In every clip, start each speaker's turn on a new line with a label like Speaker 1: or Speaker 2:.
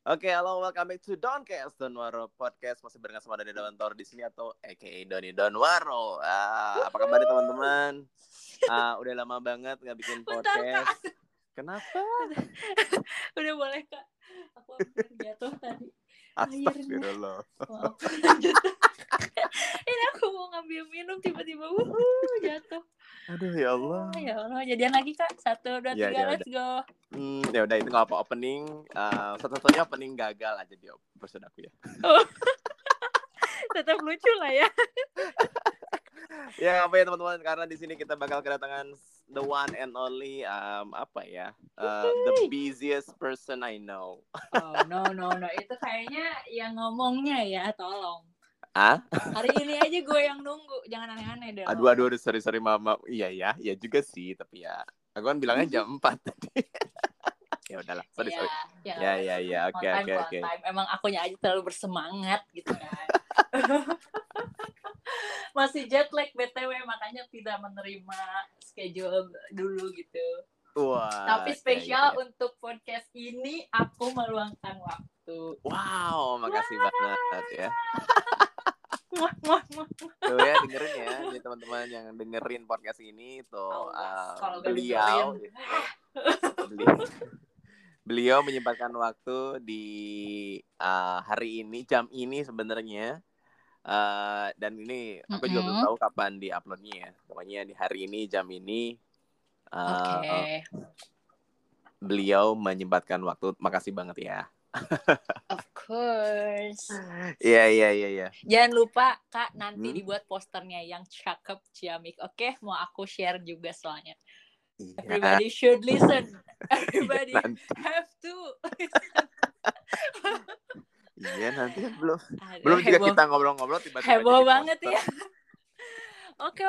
Speaker 1: Oke, halo, welcome back to Doncast Donwaro Podcast. Masih barengan sama Dani Dontor di sini atau aka Doni Donwaro. Apa kabar nih teman-teman? Udah lama banget nggak bikin
Speaker 2: Bentar Kak,
Speaker 1: podcast. Kenapa?
Speaker 2: udah boleh Kak. Aku hampir jatuh tadi. Akhirnya,
Speaker 1: Astagfirullah.
Speaker 2: maaf. Ini aku mau ngambil minum tiba-tiba jatuh.
Speaker 1: Aduh ya Allah.
Speaker 2: Ya Allah, jadian lagi Kak. 1, 2, 3,
Speaker 1: Ya
Speaker 2: let's go.
Speaker 1: Ya udah itu nggak apa opening. Satu-satunya opening gagal aja di episode aku ya.
Speaker 2: Tetap lucu lah ya.
Speaker 1: Ya apa ya teman-teman, karena di sini kita bakal kedatangan the one and only the busiest person I know.
Speaker 2: Oh no, itu kayaknya yang ngomongnya ya, tolong.
Speaker 1: Ah?
Speaker 2: Hari ini aja gue yang nunggu, jangan aneh-aneh dong.
Speaker 1: Aduh, sorry mama. Iya ya juga sih, tapi ya aku kan bilangnya jam 4 tadi. Ya udahlah, sorry. Ya, oke.
Speaker 2: Emang akunya aja terlalu bersemangat gitu kan. Masih jet lag BTW, makanya tidak menerima schedule dulu gitu.
Speaker 1: Wah.
Speaker 2: Tapi spesial untuk podcast ini aku meluangkan waktu.
Speaker 1: Wow, makasih banget ya. Tuh ya, dengerin ya, nih teman-teman yang dengerin podcast ini tuh, beliau menyempatkan waktu di hari ini, jam ini sebenarnya. Dan ini aku juga belum tahu kapan di uploadnya ya. Pokoknya di hari ini, jam ini, beliau menyempatkan waktu. Makasih banget ya.
Speaker 2: Of course.
Speaker 1: Iya.
Speaker 2: Jangan lupa Kak, nanti dibuat posternya yang cakep, ciamik. Oke, mau aku share juga soalnya. Everybody should listen. Everybody have to listen.
Speaker 1: Iya, nanti kan belum juga kita ngobrol-ngobrol tiba-tiba
Speaker 2: heboh banget ya. Oke.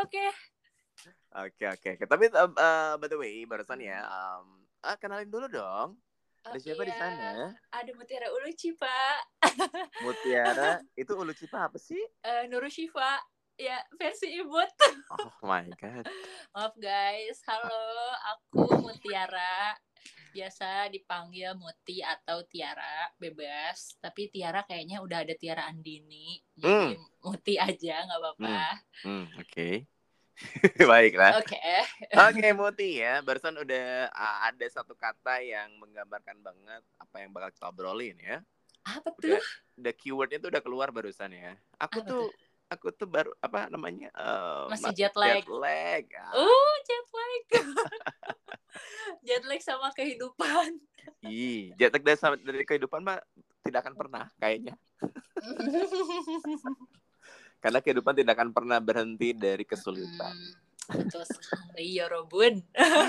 Speaker 1: Tapi by the way, barusan ya, kenalin dulu dong. Ada siapa di sana?
Speaker 2: Ada Mutiara Uluci, Pak.
Speaker 1: Mutiara itu Uluci apa sih?
Speaker 2: Nurul Syifa. Ya, versi Ibut.
Speaker 1: Oh my god.
Speaker 2: Maaf guys. Halo, aku Mutiara. Biasa dipanggil Muti atau Tiara, bebas. Tapi Tiara kayaknya udah ada Tiara Andini. Jadi Muti aja, nggak apa-apa.
Speaker 1: Oke. Baiklah.
Speaker 2: Oke,
Speaker 1: Muti ya. Barusan udah ada satu kata yang menggambarkan banget apa yang bakal kita obrolin ya.
Speaker 2: Apa tuh?
Speaker 1: The keywordnya tuh udah keluar barusan ya. Aku tuh baru
Speaker 2: masih jet lag. Jet lag. Jet lag sama kehidupan.
Speaker 1: Jet lag dari kehidupan mah tidak akan pernah kayaknya. Karena kehidupan tidak akan pernah berhenti dari kesulitan.
Speaker 2: Betul sekali, ya Robun.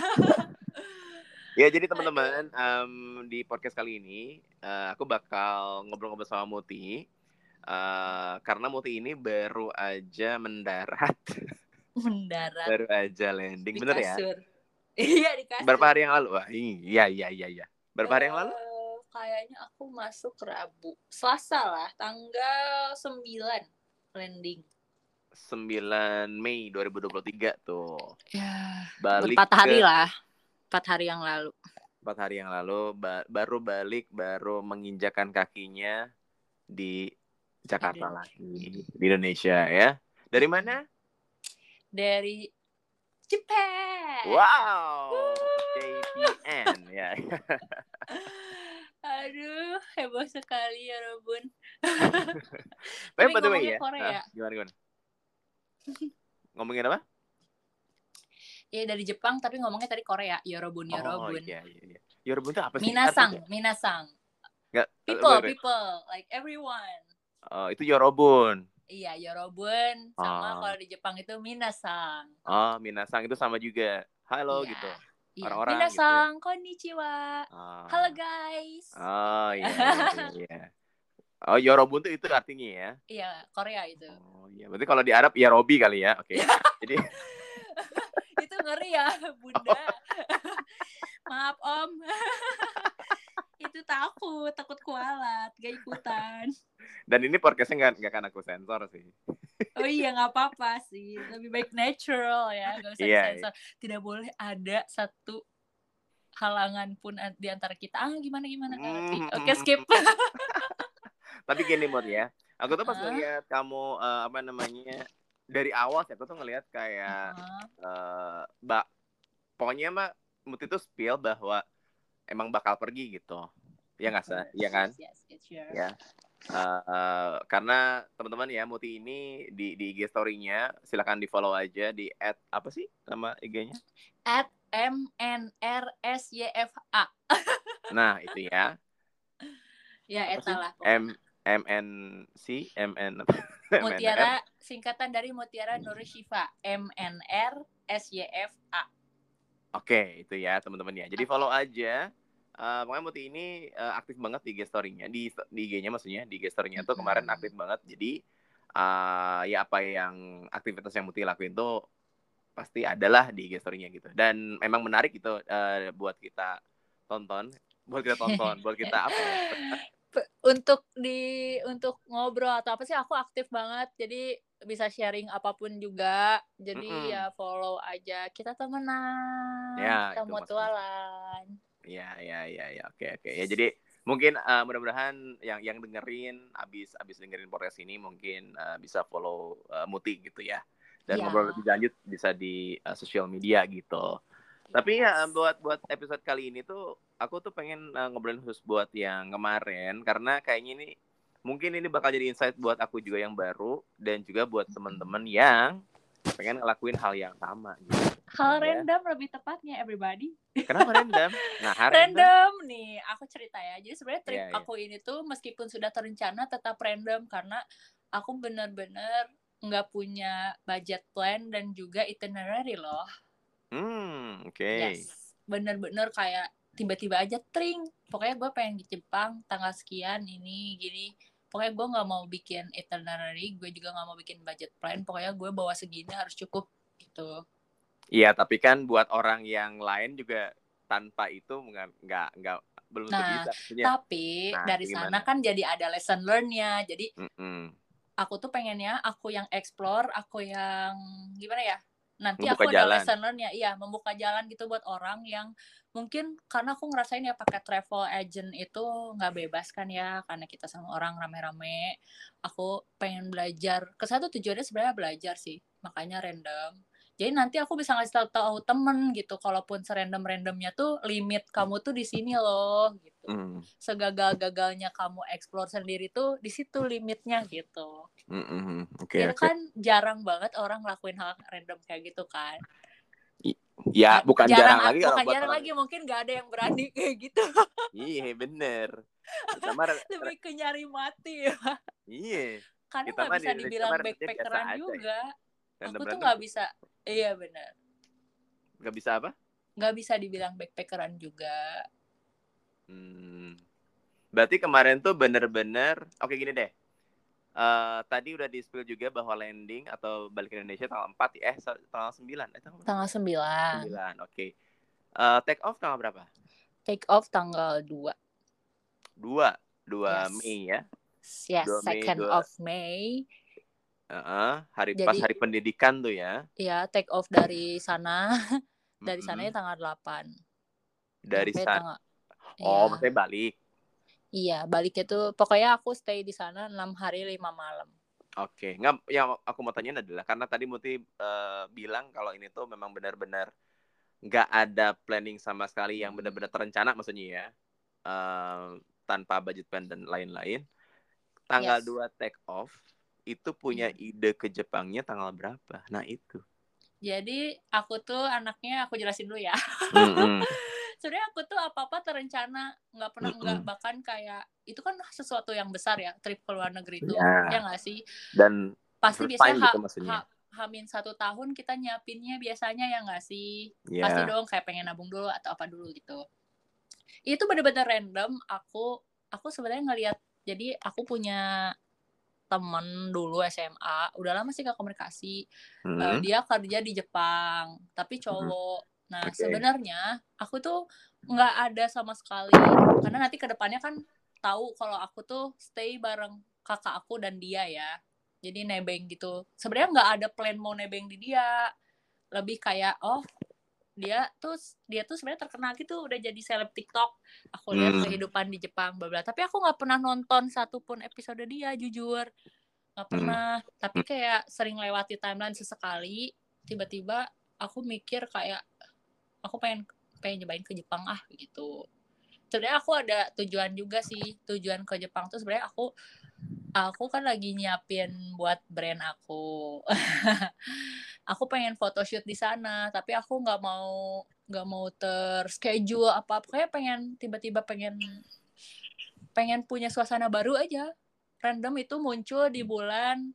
Speaker 1: Ya, jadi teman-teman, di podcast kali ini aku bakal ngobrol-ngobrol sama Muti. Karena Muti ini baru aja mendarat. Baru aja landing, bener ya?
Speaker 2: Iya, di kasur.
Speaker 1: Berapa hari yang lalu? Wah, iya. Berapa hari yang lalu?
Speaker 2: Kayaknya aku masuk Rabu. Selasa lah, tanggal 9 landing.
Speaker 1: 9 Mei 2023 tuh.
Speaker 2: Ya,
Speaker 1: balik
Speaker 2: 4 hari lah. 4 hari yang lalu.
Speaker 1: 4 hari yang lalu baru balik, baru menginjakan kakinya di Jakarta lagi, di Indonesia ya. Dari mana? Dari
Speaker 2: Jepang.
Speaker 1: Wow. JPN ya.
Speaker 2: Aduh, heboh sekali ya Robun.
Speaker 1: Tapi by the way ya.
Speaker 2: Korea.
Speaker 1: Gimana? Ngomongin apa?
Speaker 2: Ya dari Jepang tapi ngomongnya tadi Korea. Yorobun.
Speaker 1: Oh iya. Yorobun itu apa sih?
Speaker 2: Minasang.
Speaker 1: Nggak,
Speaker 2: people, like everyone.
Speaker 1: Oh, itu Yorobun.
Speaker 2: Iya, Yorobun. Sama kalau di Jepang itu Minasang.
Speaker 1: Oh, Minasang itu sama juga. Halo gitu. Orang-orang
Speaker 2: Minasang,
Speaker 1: gitu.
Speaker 2: konnichiwa. Halo guys.
Speaker 1: Oh iya. Oh, Yorobun itu artinya ya?
Speaker 2: Iya, Korea itu.
Speaker 1: Oh iya, berarti kalau di Arab ya Robi kali ya. Oke. Jadi
Speaker 2: itu ngeri ya, Bunda. Maaf, Om. Itu takut kualat, gak ikutan.
Speaker 1: Dan ini podcastnya nggak akan aku sensor sih.
Speaker 2: Oh iya, nggak apa-apa sih. Lebih baik natural ya, nggak usah disensor. Tidak boleh ada satu halangan pun di antara kita. Gimana oke skip.
Speaker 1: Tapi gini Mut ya, aku tuh pas ngeliat kamu apa namanya dari awal sih, aku tuh ngeliat kayak pokoknya mah Muti tuh spill bahwa emang bakal pergi gitu, ya nggak sih, ya kan?
Speaker 2: Yes, sure.
Speaker 1: Ya. Karena teman-teman ya, Muti ini di IG story-nya silakan di follow aja di @apa sih nama IG-nya?
Speaker 2: @MNRSYFA.
Speaker 1: Nah itu ya.
Speaker 2: Ya etalah.
Speaker 1: MNC
Speaker 2: Mutiara, singkatan dari Mutiara Nur Syifa, MNRSYFA.
Speaker 1: Oke, itu ya teman-teman ya. Jadi follow aja. Pokoknya Muti ini aktif banget di IG story-nya, di IG-nya maksudnya, di IG story-nya tuh kemarin aktif banget. Jadi ya apa yang aktivitas yang Muti lakuin tuh pasti adalah di IG story-nya gitu. Dan memang menarik itu buat kita tonton, buat kita apa ya?
Speaker 2: Untuk ngobrol atau apa sih, aku aktif banget. Jadi bisa sharing apapun juga. Jadi ya follow aja. Kita temenan.
Speaker 1: Ya,
Speaker 2: kita mutualan.
Speaker 1: Ya. Oke. Ya jadi mungkin mudah-mudahan yang dengerin abis dengerin podcast ini mungkin bisa follow Muti gitu ya. Dan ngobrol lebih lanjut bisa di sosial media gitu. Tapi ya buat episode kali ini tuh aku tuh pengen ngobrolin khusus buat yang kemarin, karena kayaknya ini mungkin ini bakal jadi insight buat aku juga yang baru dan juga buat teman-teman yang pengen ngelakuin hal yang sama gitu.
Speaker 2: Hal random lebih tepatnya, everybody.
Speaker 1: Kenapa random? Nah,
Speaker 2: random nih, aku cerita ya. Jadi sebenarnya trip aku ini tuh meskipun sudah terencana tetap random karena aku benar-benar nggak punya budget plan dan juga itinerary loh.
Speaker 1: Oke.
Speaker 2: Yes, bener-bener kayak tiba-tiba aja tring. Pokoknya gue pengen di Jepang tanggal sekian ini gini. Pokoknya gue nggak mau bikin itinerary, gue juga nggak mau bikin budget plan. Pokoknya gue bawa segini harus cukup gitu.
Speaker 1: Iya, tapi kan buat orang yang lain juga tanpa itu nggak belum bisa.
Speaker 2: Tapi dari sana kan jadi ada lesson learn-nya. Jadi aku tuh pengennya aku yang explore, aku yang gimana ya? Nanti
Speaker 1: membuka
Speaker 2: aku
Speaker 1: jalan.
Speaker 2: ada lesson learn-nya. Iya, membuka jalan gitu buat orang yang mungkin karena aku ngerasain ya pakai travel agent itu nggak bebas kan ya, karena kita sama orang rame-rame. Aku pengen belajar. Kesana tuh tujuannya sebenarnya belajar sih, makanya random. Jadi nanti aku bisa ngasih tahu temen gitu, kalaupun serandom-randomnya tuh limit kamu tuh di sini loh gitu. Segagal-gagalnya kamu explore sendiri tuh di situ limitnya gitu.
Speaker 1: Okay.
Speaker 2: Kan jarang banget orang ngelakuin hal random kayak gitu kan.
Speaker 1: Ya, bukan jarang lagi kalau
Speaker 2: bukan jarang lagi, mungkin nggak ada yang berani kayak gitu.
Speaker 1: Iya, bener.
Speaker 2: Lebih ke nyari mati ya.
Speaker 1: Iya.
Speaker 2: Karena nggak bisa dibilang backpackeran juga. Aku tuh nggak bisa. Iya benar.
Speaker 1: Nggak bisa apa?
Speaker 2: Nggak bisa dibilang backpackeran juga.
Speaker 1: Berarti kemarin tuh bener-bener oke gini deh. Tadi udah di-spill juga bahwa landing atau balik ke Indonesia tanggal 4 ya, tanggal 9.
Speaker 2: Tanggal 9.
Speaker 1: Oke. Take off tanggal berapa?
Speaker 2: Take off tanggal 2.
Speaker 1: 2 Mei ya.
Speaker 2: Yes, 2 of May.
Speaker 1: Pas hari pendidikan tuh ya.
Speaker 2: Iya, take off dari sana. Dari sananya tanggal 8.
Speaker 1: Dari sana. Oh, maksudnya balik.
Speaker 2: Iya, baliknya tuh pokoknya aku stay di sana 6 hari 5 malam.
Speaker 1: Oke. Nggak, yang aku mau tanyain adalah karena tadi Muti bilang kalau ini tuh memang benar-benar nggak ada planning sama sekali yang benar-benar terencana maksudnya ya. Tanpa budget plan dan lain-lain. Tanggal 2 take off itu punya ide ke Jepangnya tanggal berapa? Nah itu.
Speaker 2: Jadi aku tuh anaknya, aku jelasin dulu ya. Sebenarnya aku tuh apa-apa terencana, nggak pernah nggak, bahkan kayak itu kan sesuatu yang besar ya, trip ke luar negeri itu ya nggak sih?
Speaker 1: Dan
Speaker 2: pasti biasanya Hamin 1 tahun kita nyiapinnya biasanya ya nggak sih? Pasti dong kayak pengen nabung dulu atau apa dulu gitu. Itu bener-bener random. Aku sebenarnya ngelihat, jadi aku punya temen dulu SMA, udah lama sih gak komunikasi. Dia kerja di Jepang, tapi cowok. Nah, sebenarnya aku tuh nggak ada sama sekali, karena nanti kedepannya kan tahu kalau aku tuh stay bareng kakak aku dan dia ya. Jadi nebeng gitu. Sebenarnya nggak ada plan mau nebeng di dia. Lebih kayak dia tuh sebenarnya terkenal gitu, udah jadi seleb TikTok. Aku lihat kehidupan di Jepang bla tapi aku nggak pernah nonton satupun episode dia, jujur nggak pernah. Tapi kayak sering lewati timeline sesekali, tiba-tiba aku mikir kayak aku pengen nyobain ke Jepang gitu. Sebenarnya aku ada tujuan juga sih, tujuan ke Jepang tuh sebenarnya aku kan lagi nyiapin buat brand aku. Aku pengen photoshoot di sana, tapi aku nggak mau terschedule apa, pokoknya tiba-tiba pengen punya suasana baru aja. Random itu muncul di bulan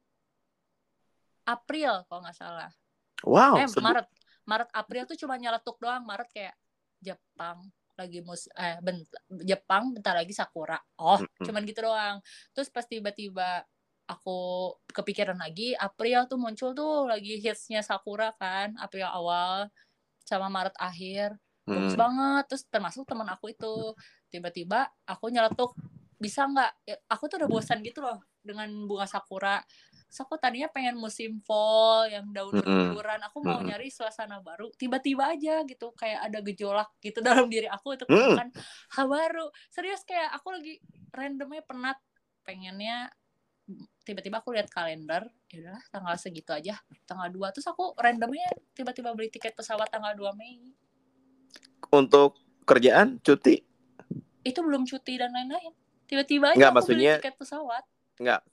Speaker 2: April kalau nggak salah.
Speaker 1: Wow.
Speaker 2: Maret April tuh cuma nyeletuk doang. Maret kayak Jepang lagi Jepang bentar lagi Sakura. Cuman gitu doang. Terus pas tiba-tiba aku kepikiran lagi, April tuh muncul tuh lagi hitsnya Sakura kan, April awal sama Maret akhir. Bagus banget. Terus termasuk teman aku itu, tiba-tiba aku nyeletuk, bisa nggak? Aku tuh udah bosan gitu loh dengan bunga Sakura. So aku tadinya pengen musim fall yang daun berguguran, aku mau nyari suasana baru, tiba-tiba aja gitu kayak ada gejolak gitu dalam diri aku untuk menemukan hal baru. Serius, kayak aku lagi randomnya penat, pengennya tiba-tiba aku lihat kalender, ya udahlah tanggal segitu aja, tanggal 2, terus aku randomnya tiba-tiba beli tiket pesawat tanggal 2 Mei.
Speaker 1: Untuk kerjaan, cuti?
Speaker 2: Itu belum cuti dan lain-lain. Tiba-tiba aja aku beli tiket pesawat.
Speaker 1: Enggak,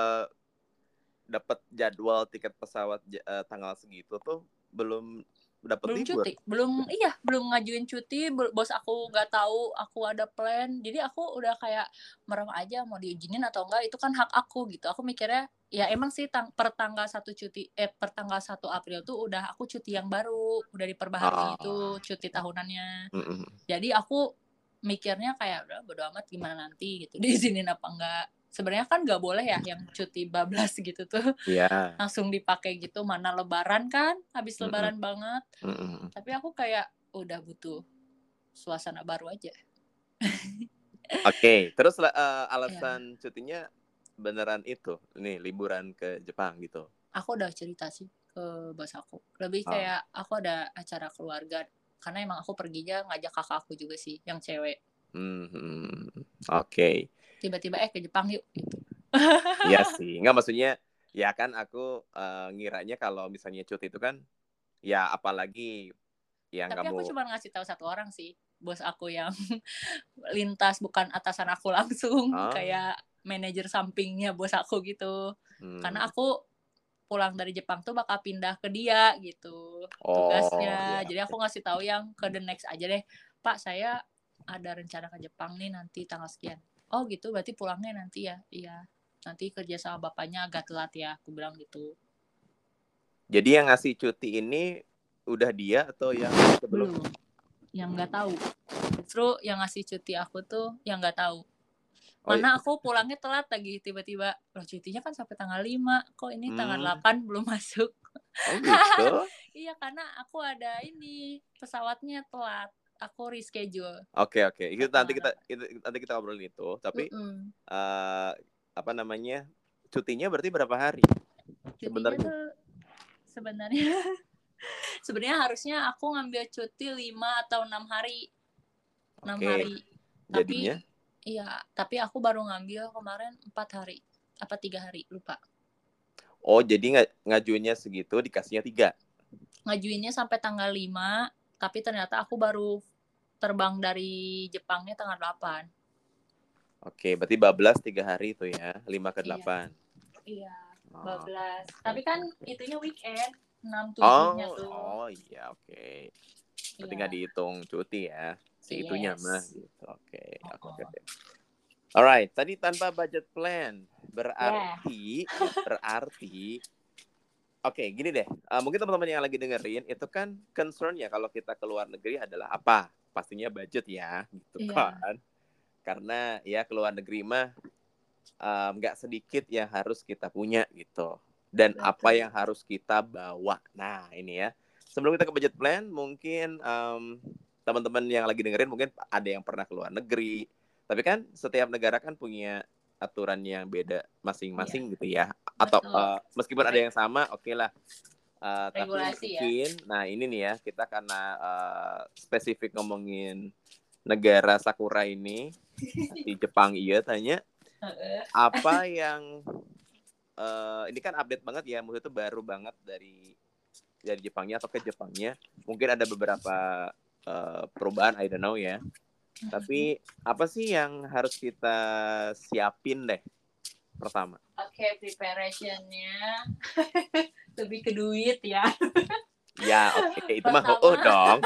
Speaker 1: dapat jadwal tiket pesawat tanggal segitu tuh belum dapat libur.
Speaker 2: Cuti, belum ngajuin cuti. Bos aku nggak tahu aku ada plan, jadi aku udah kayak merem aja mau diizinin atau enggak, itu kan hak aku gitu. Aku mikirnya ya emang sih per tanggal 1 April tuh udah aku cuti yang baru, udah diperbaharui itu cuti tahunannya. Jadi aku mikirnya kayak udah bodo amat gimana nanti gitu, diizinin apa enggak. Sebenarnya kan nggak boleh ya yang cuti bablas gitu tuh. Langsung dipakai gitu, mana lebaran kan, habis lebaran banget. Tapi aku kayak udah butuh suasana baru aja.
Speaker 1: Oke, terus alasan cutinya beneran itu, nih liburan ke Jepang gitu?
Speaker 2: Aku udah cerita sih ke bos aku. Lebih kayak aku ada acara keluarga, karena emang aku perginya ngajak kakak aku juga sih, yang cewek.
Speaker 1: Oke.
Speaker 2: Tiba-tiba ke Jepang yuk gitu.
Speaker 1: Iya sih, nggak, maksudnya ya kan aku ngiranya kalau misalnya cuti itu kan ya apalagi yang
Speaker 2: tapi
Speaker 1: kamu.
Speaker 2: Aku cuma ngasih tahu satu orang sih, bos aku yang lintas, bukan atasan aku langsung, kayak manajer sampingnya bos aku gitu. Karena aku pulang dari Jepang tuh bakal pindah ke dia gitu tugasnya. Jadi aku ngasih tahu yang ke the next aja deh, Pak saya ada rencana ke Jepang nih nanti tanggal sekian. Oh gitu, berarti pulangnya nanti ya. Iya, nanti kerja sama bapaknya agak telat ya, aku bilang gitu.
Speaker 1: Jadi yang ngasih cuti ini udah dia atau yang sebelum?
Speaker 2: Belum, yang nggak tahu. Justru yang ngasih cuti aku tuh yang nggak tahu. Mana aku pulangnya telat lagi, tiba-tiba loh cutinya kan sampai tanggal 5, kok ini tanggal 8 belum masuk.
Speaker 1: Oh gitu?
Speaker 2: Iya, karena aku ada ini pesawatnya telat, aku reschedule.
Speaker 1: Oke. Itu nanti kita ngobrolin itu. Tapi apa namanya, cutinya berarti berapa hari?
Speaker 2: Cutinya tuh sebenarnya harusnya aku ngambil cuti 5 atau 6 hari. 6 hari.
Speaker 1: Jadinya?
Speaker 2: Tapi aku baru ngambil kemarin 4 hari. Apa 3 hari, lupa.
Speaker 1: Oh, jadi ngajuinnya segitu, dikasihnya 3?
Speaker 2: Ngajuinnya sampai tanggal 5, tapi ternyata aku baru terbang dari Jepangnya tanggal 8.
Speaker 1: Oke, berarti bablas 3 hari itu ya, 5 ke 8.
Speaker 2: Iya, bablas. Tapi kan itunya weekend, 6-7-nya tuh.
Speaker 1: Oh iya, oke. Berarti nggak dihitung cuti ya, si itunya mah gitu. Oke. Alright, tadi tanpa budget plan berarti oke, gini deh. Mungkin teman-teman yang lagi dengerin itu kan concern ya kalau kita ke luar negeri adalah apa? Pastinya budget ya, gitu kan. Karena ya ke luar negeri mah nggak sedikit yang harus kita punya gitu. Dan apa yang harus kita bawa. Nah, ini ya. Sebelum kita ke budget plan, mungkin teman-teman yang lagi dengerin mungkin ada yang pernah ke luar negeri. Tapi kan setiap negara kan punya aturan yang beda masing-masing gitu ya. Atau meskipun ada yang sama, oke lah. Tapi mungkin, nah ini nih ya, kita karena spesifik ngomongin negara Sakura ini, di Jepang iya tanya, apa yang, ini kan update banget ya, maksudnya itu baru banget dari Jepangnya atau ke Jepangnya, mungkin ada beberapa perubahan, I don't know ya. Tapi apa sih yang harus kita siapin deh pertama?
Speaker 2: Oke, preparationnya lebih ke duit ya.
Speaker 1: Ya, oke. Itu mah dong.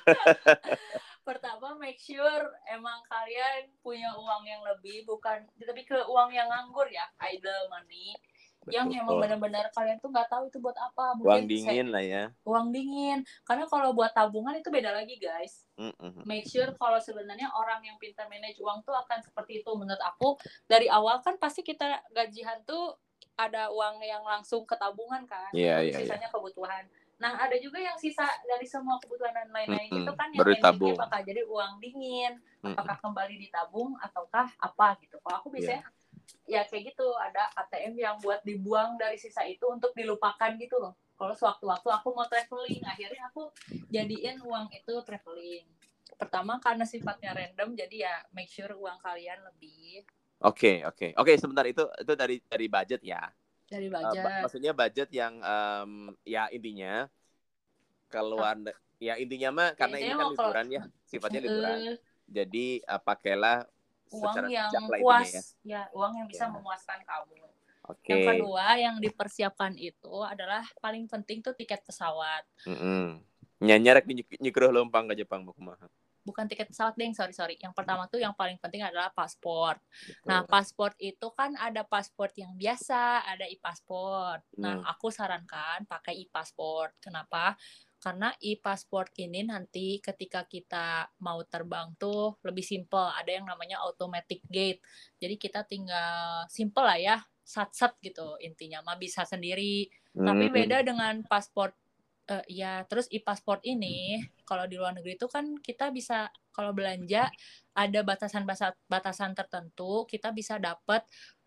Speaker 2: Pertama, make sure emang kalian punya uang yang lebih, bukan lebih ke uang yang nganggur ya, idle money. Yang emang benar-benar kalian tuh nggak tahu itu buat apa. Mungkin
Speaker 1: uang dingin lah ya.
Speaker 2: Uang dingin. Karena kalau buat tabungan itu beda lagi, guys. Make sure kalau sebenarnya orang yang pintar manage uang tuh akan seperti itu. Menurut aku, dari awal kan pasti kita gajian tuh ada uang yang langsung ke tabungan kan. Sisanya kebutuhan. Nah, ada juga yang sisa dari semua kebutuhan dan lain-lain itu kan yang endingnya bakal jadi uang dingin. Apakah kembali ditabung ataukah apa gitu. Kalau aku biasanya ya kayak gitu, ada ATM yang buat dibuang dari sisa itu untuk dilupakan gitu loh. Kalau sewaktu-waktu aku mau traveling, akhirnya aku jadiin uang itu traveling. Pertama karena sifatnya random, jadi ya make sure uang kalian lebih.
Speaker 1: Oke, sebentar, itu dari budget ya.
Speaker 2: Dari budget.
Speaker 1: Maksudnya budget yang ya intinya keluar ya intinya mah karena ini kan liburan ya, sifatnya liburan. Jadi pakailah
Speaker 2: uang yang puas ya, uang yang bisa memuaskan kamu. Yang kedua yang dipersiapkan itu adalah paling penting tuh tiket pesawat.
Speaker 1: Nyanyarek nyikruh lompang ke Jepang mau kumaha.
Speaker 2: Bukan tiket pesawat, deng, sorry. Yang pertama tuh yang paling penting adalah paspor. Nah, paspor itu kan ada paspor yang biasa, ada e-paspor. Nah, aku sarankan pakai e-paspor. Kenapa? Karena e-pasport ini nanti ketika kita mau terbang tuh lebih simple. Ada yang namanya automatic gate. Jadi kita tinggal simple lah ya, sat-sat gitu intinya. Mah bisa sendiri. Tapi beda dengan paspor. Ya, terus e-pasport ini kalau di luar negeri itu kan kita bisa kalau belanja ada batasan tertentu, kita bisa dapat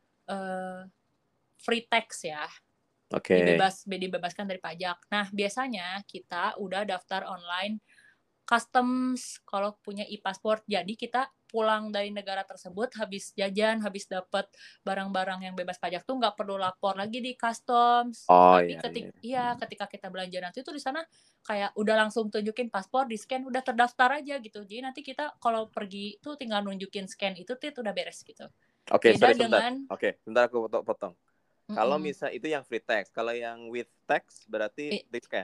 Speaker 2: free tax ya. Dibebaskan dari pajak. Nah, biasanya kita udah daftar online customs kalau punya e-pasport. Jadi kita pulang dari negara tersebut habis jajan, habis dapat barang-barang yang bebas pajak tuh nggak perlu lapor lagi di customs. Tapi ketika kita belanja nanti tuh di sana kayak udah langsung tunjukin paspor, di scan udah terdaftar aja gitu. Jadi nanti kita kalau pergi tuh tinggal nunjukin scan itu udah beres gitu.
Speaker 1: Sebentar aku potong. Kalau misal itu yang free tax, kalau yang with tax berarti di scan.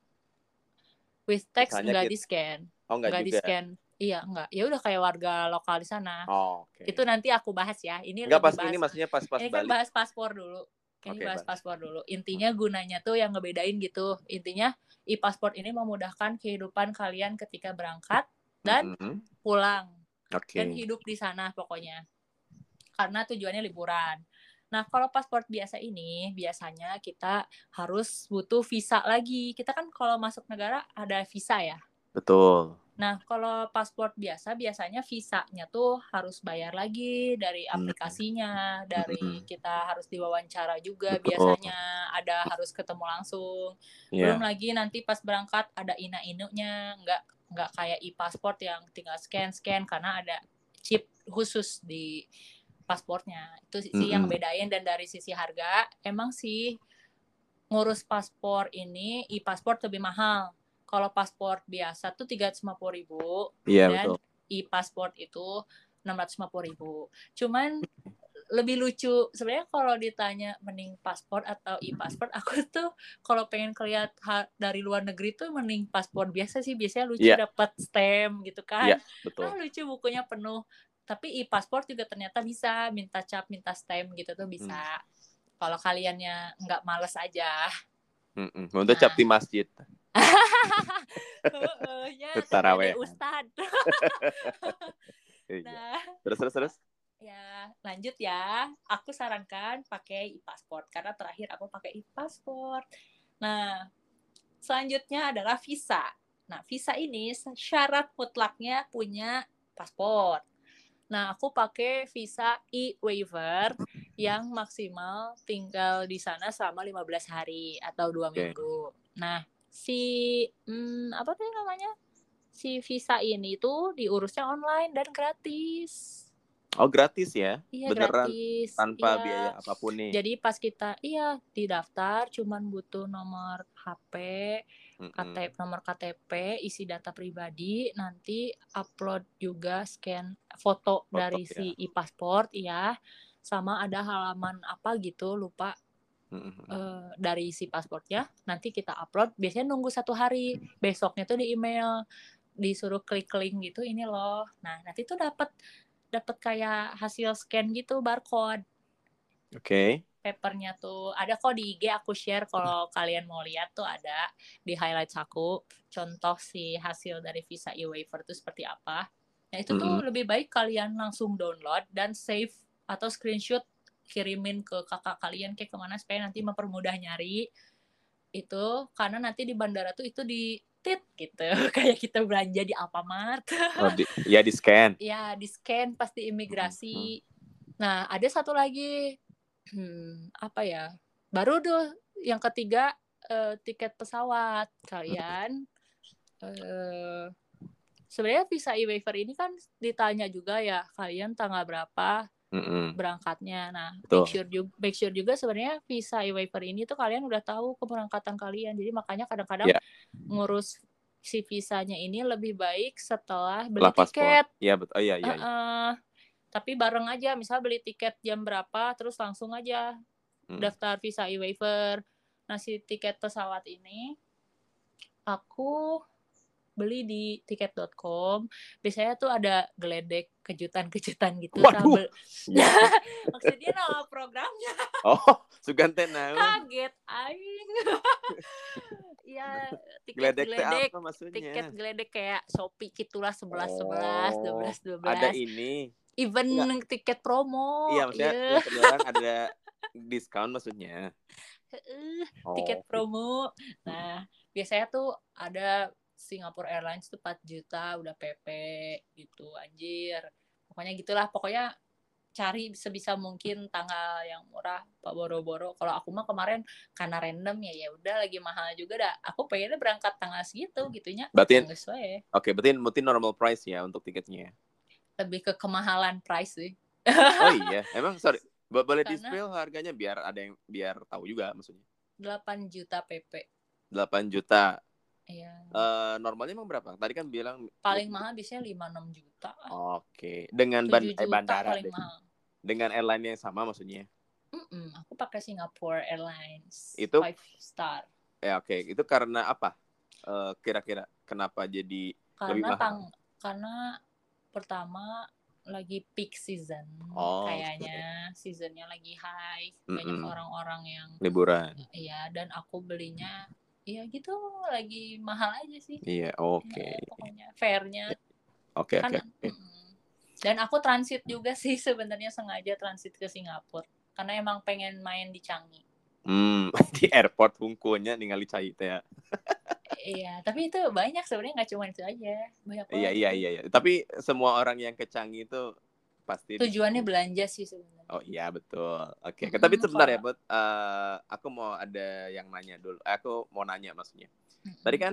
Speaker 2: With tax nggak di scan. Nggak di scan. Iya, enggak. Ya udah kayak warga lokal di sana. Itu nanti aku bahas ya. Ini
Speaker 1: ini maksudnya pas
Speaker 2: ini kan bahas paspor dulu. Paspor dulu. Intinya gunanya tuh yang ngebedain gitu. Intinya e-paspor ini memudahkan kehidupan kalian ketika berangkat dan pulang. Dan hidup di sana pokoknya. Karena tujuannya liburan. Nah, kalau paspor biasa ini, biasanya kita harus butuh visa lagi. Kita kan kalau masuk negara ada visa ya.
Speaker 1: Betul.
Speaker 2: Nah, kalau paspor biasanya visanya tuh harus bayar lagi dari aplikasinya, dari kita harus diwawancara juga. Biasanya ada harus ketemu langsung. Belum lagi nanti pas berangkat ada ina-inunya, nggak kayak e-paspor yang tinggal scan karena ada chip khusus di paspornya. Itu sih yang bedain. Dan dari sisi harga emang sih ngurus paspor ini e-paspor lebih mahal. Kalau paspor biasa tuh 350.000 dan e-paspor itu 650.000. Cuman lebih lucu sebenarnya kalau ditanya mending paspor atau e-paspor, aku tuh kalau pengen kelihatan dari luar negeri tuh mending paspor biasa sih. Biasanya lucu dapat stamp gitu kan. Lucu bukunya penuh. Tapi e-paspor juga ternyata bisa minta cap, minta stamp gitu tuh bisa. Kalau kaliannya nggak males aja.
Speaker 1: Untuk cap di masjid.
Speaker 2: Tarawih. Ustad.
Speaker 1: Nah, terus.
Speaker 2: Ya, lanjut ya. Aku sarankan pakai e-paspor karena terakhir aku pakai e-paspor. Nah, selanjutnya adalah visa. Nah, visa ini syarat mutlaknya punya paspor. Nah, aku pakai visa e-waiver yang maksimal tinggal di sana selama 15 hari atau 2 minggu. Nah, apa tuh namanya? Si visa ini tuh diurusnya online dan gratis.
Speaker 1: Oh, gratis ya?
Speaker 2: Iya,
Speaker 1: Beneran
Speaker 2: gratis.
Speaker 1: tanpa
Speaker 2: Iya.
Speaker 1: biaya apapun nih.
Speaker 2: Jadi pas kita didaftar cuman butuh nomor HP, nomor KTP, isi data pribadi, nanti upload juga scan foto dari
Speaker 1: ya.
Speaker 2: si e-pasport ya. Sama ada halaman apa gitu, lupa. Dari si pasportnya, nanti kita upload, biasanya nunggu 1 hari, besoknya tuh di email, disuruh klik link gitu, ini loh. Nah, nanti tuh dapat kayak hasil scan gitu, barcode.
Speaker 1: Oke.
Speaker 2: Papernya tuh ada kok di IG, aku share kalau kalian mau lihat tuh, ada di highlights aku contoh si hasil dari visa e-waiver itu seperti apa. Nah, itu tuh lebih baik kalian langsung download dan save atau screenshot, kirimin ke kakak kalian kayak kemana, supaya nanti mempermudah nyari itu, karena nanti di bandara tuh itu di tit gitu kayak kita belanja di Alfamart.
Speaker 1: Di scan.
Speaker 2: Ya, di scan pas di imigrasi. Nah, ada satu lagi, apa ya, baru tuh yang ketiga, tiket pesawat. Kalian sebenarnya visa e-waiver ini kan ditanya juga ya, kalian tanggal berapa berangkatnya. Nah, make sure juga sebenarnya visa e-waiver ini tuh kalian udah tahu keberangkatan kalian. Jadi makanya kadang-kadang ngurus si visanya ini lebih baik setelah beli tiket.
Speaker 1: Iya, betul. Oh, iya.
Speaker 2: Tapi bareng aja, misal beli tiket jam berapa, terus langsung aja daftar visa e-waiver. Nah, si tiket pesawat ini aku beli di tiket.com. Biasanya tuh ada geledek kejutan-kejutan gitu.
Speaker 1: Waduh.
Speaker 2: Maksudnya nama programnya.
Speaker 1: Oh, Sugante naon.
Speaker 2: Kaget aing. Ya, tiket geledek. Tiket geledek kayak Shopee gitulah, 11 12.
Speaker 1: Ada ini.
Speaker 2: Even tiket promo.
Speaker 1: Iya, maksudnya kebetulan ada diskon maksudnya.
Speaker 2: Tiket promo. Nah, biasanya tuh ada Singapore Airlines tuh 4 juta udah PP gitu, anjir. Pokoknya gitulah, pokoknya cari sebisa mungkin tanggal yang murah, Pak boro-boro. Kalau aku mah kemarin karena random ya udah lagi mahal juga dah. Aku pengennya berangkat tanggal segitu gitunya.
Speaker 1: Berarti berarti normal price ya untuk tiketnya.
Speaker 2: Lebih ke kemahalan price sih.
Speaker 1: Oh iya, emang sorry. Boleh di-spill harganya biar tahu juga maksudnya.
Speaker 2: 8 juta PP.
Speaker 1: 8 juta.
Speaker 2: Iya.
Speaker 1: Normalnya emang berapa? Tadi kan bilang
Speaker 2: paling mahal biasanya 5-6 juta.
Speaker 1: Oke. Dengan bandara paling mahal. Dengan airline yang sama maksudnya?
Speaker 2: Aku pakai Singapore Airlines.
Speaker 1: Itu
Speaker 2: 5 star.
Speaker 1: Ya, oke. Itu karena apa? Kira-kira kenapa jadi lebih mahal?
Speaker 2: Karena pertama lagi peak season, kayaknya seasonnya lagi high, banyak orang-orang yang
Speaker 1: liburan.
Speaker 2: Iya, dan aku belinya ya gitu lagi mahal aja sih.
Speaker 1: Iya, oke.
Speaker 2: Ya, pokoknya fairnya.
Speaker 1: Oke.
Speaker 2: Dan aku transit juga sih sebenarnya, sengaja transit ke Singapura karena emang pengen main di Changi.
Speaker 1: Di airport hungkunya ningali cai teh ya.
Speaker 2: Iya, tapi itu banyak sebenarnya, nggak cuma itu aja, banyak banget.
Speaker 1: Iya. Tapi semua orang yang ke Changi itu pasti
Speaker 2: tujuannya belanja sih sebenarnya.
Speaker 1: Oh iya, betul. Oke. Tapi sebentar ya, Bud. Aku mau ada yang nanya dulu. Aku mau nanya maksudnya. Tadi kan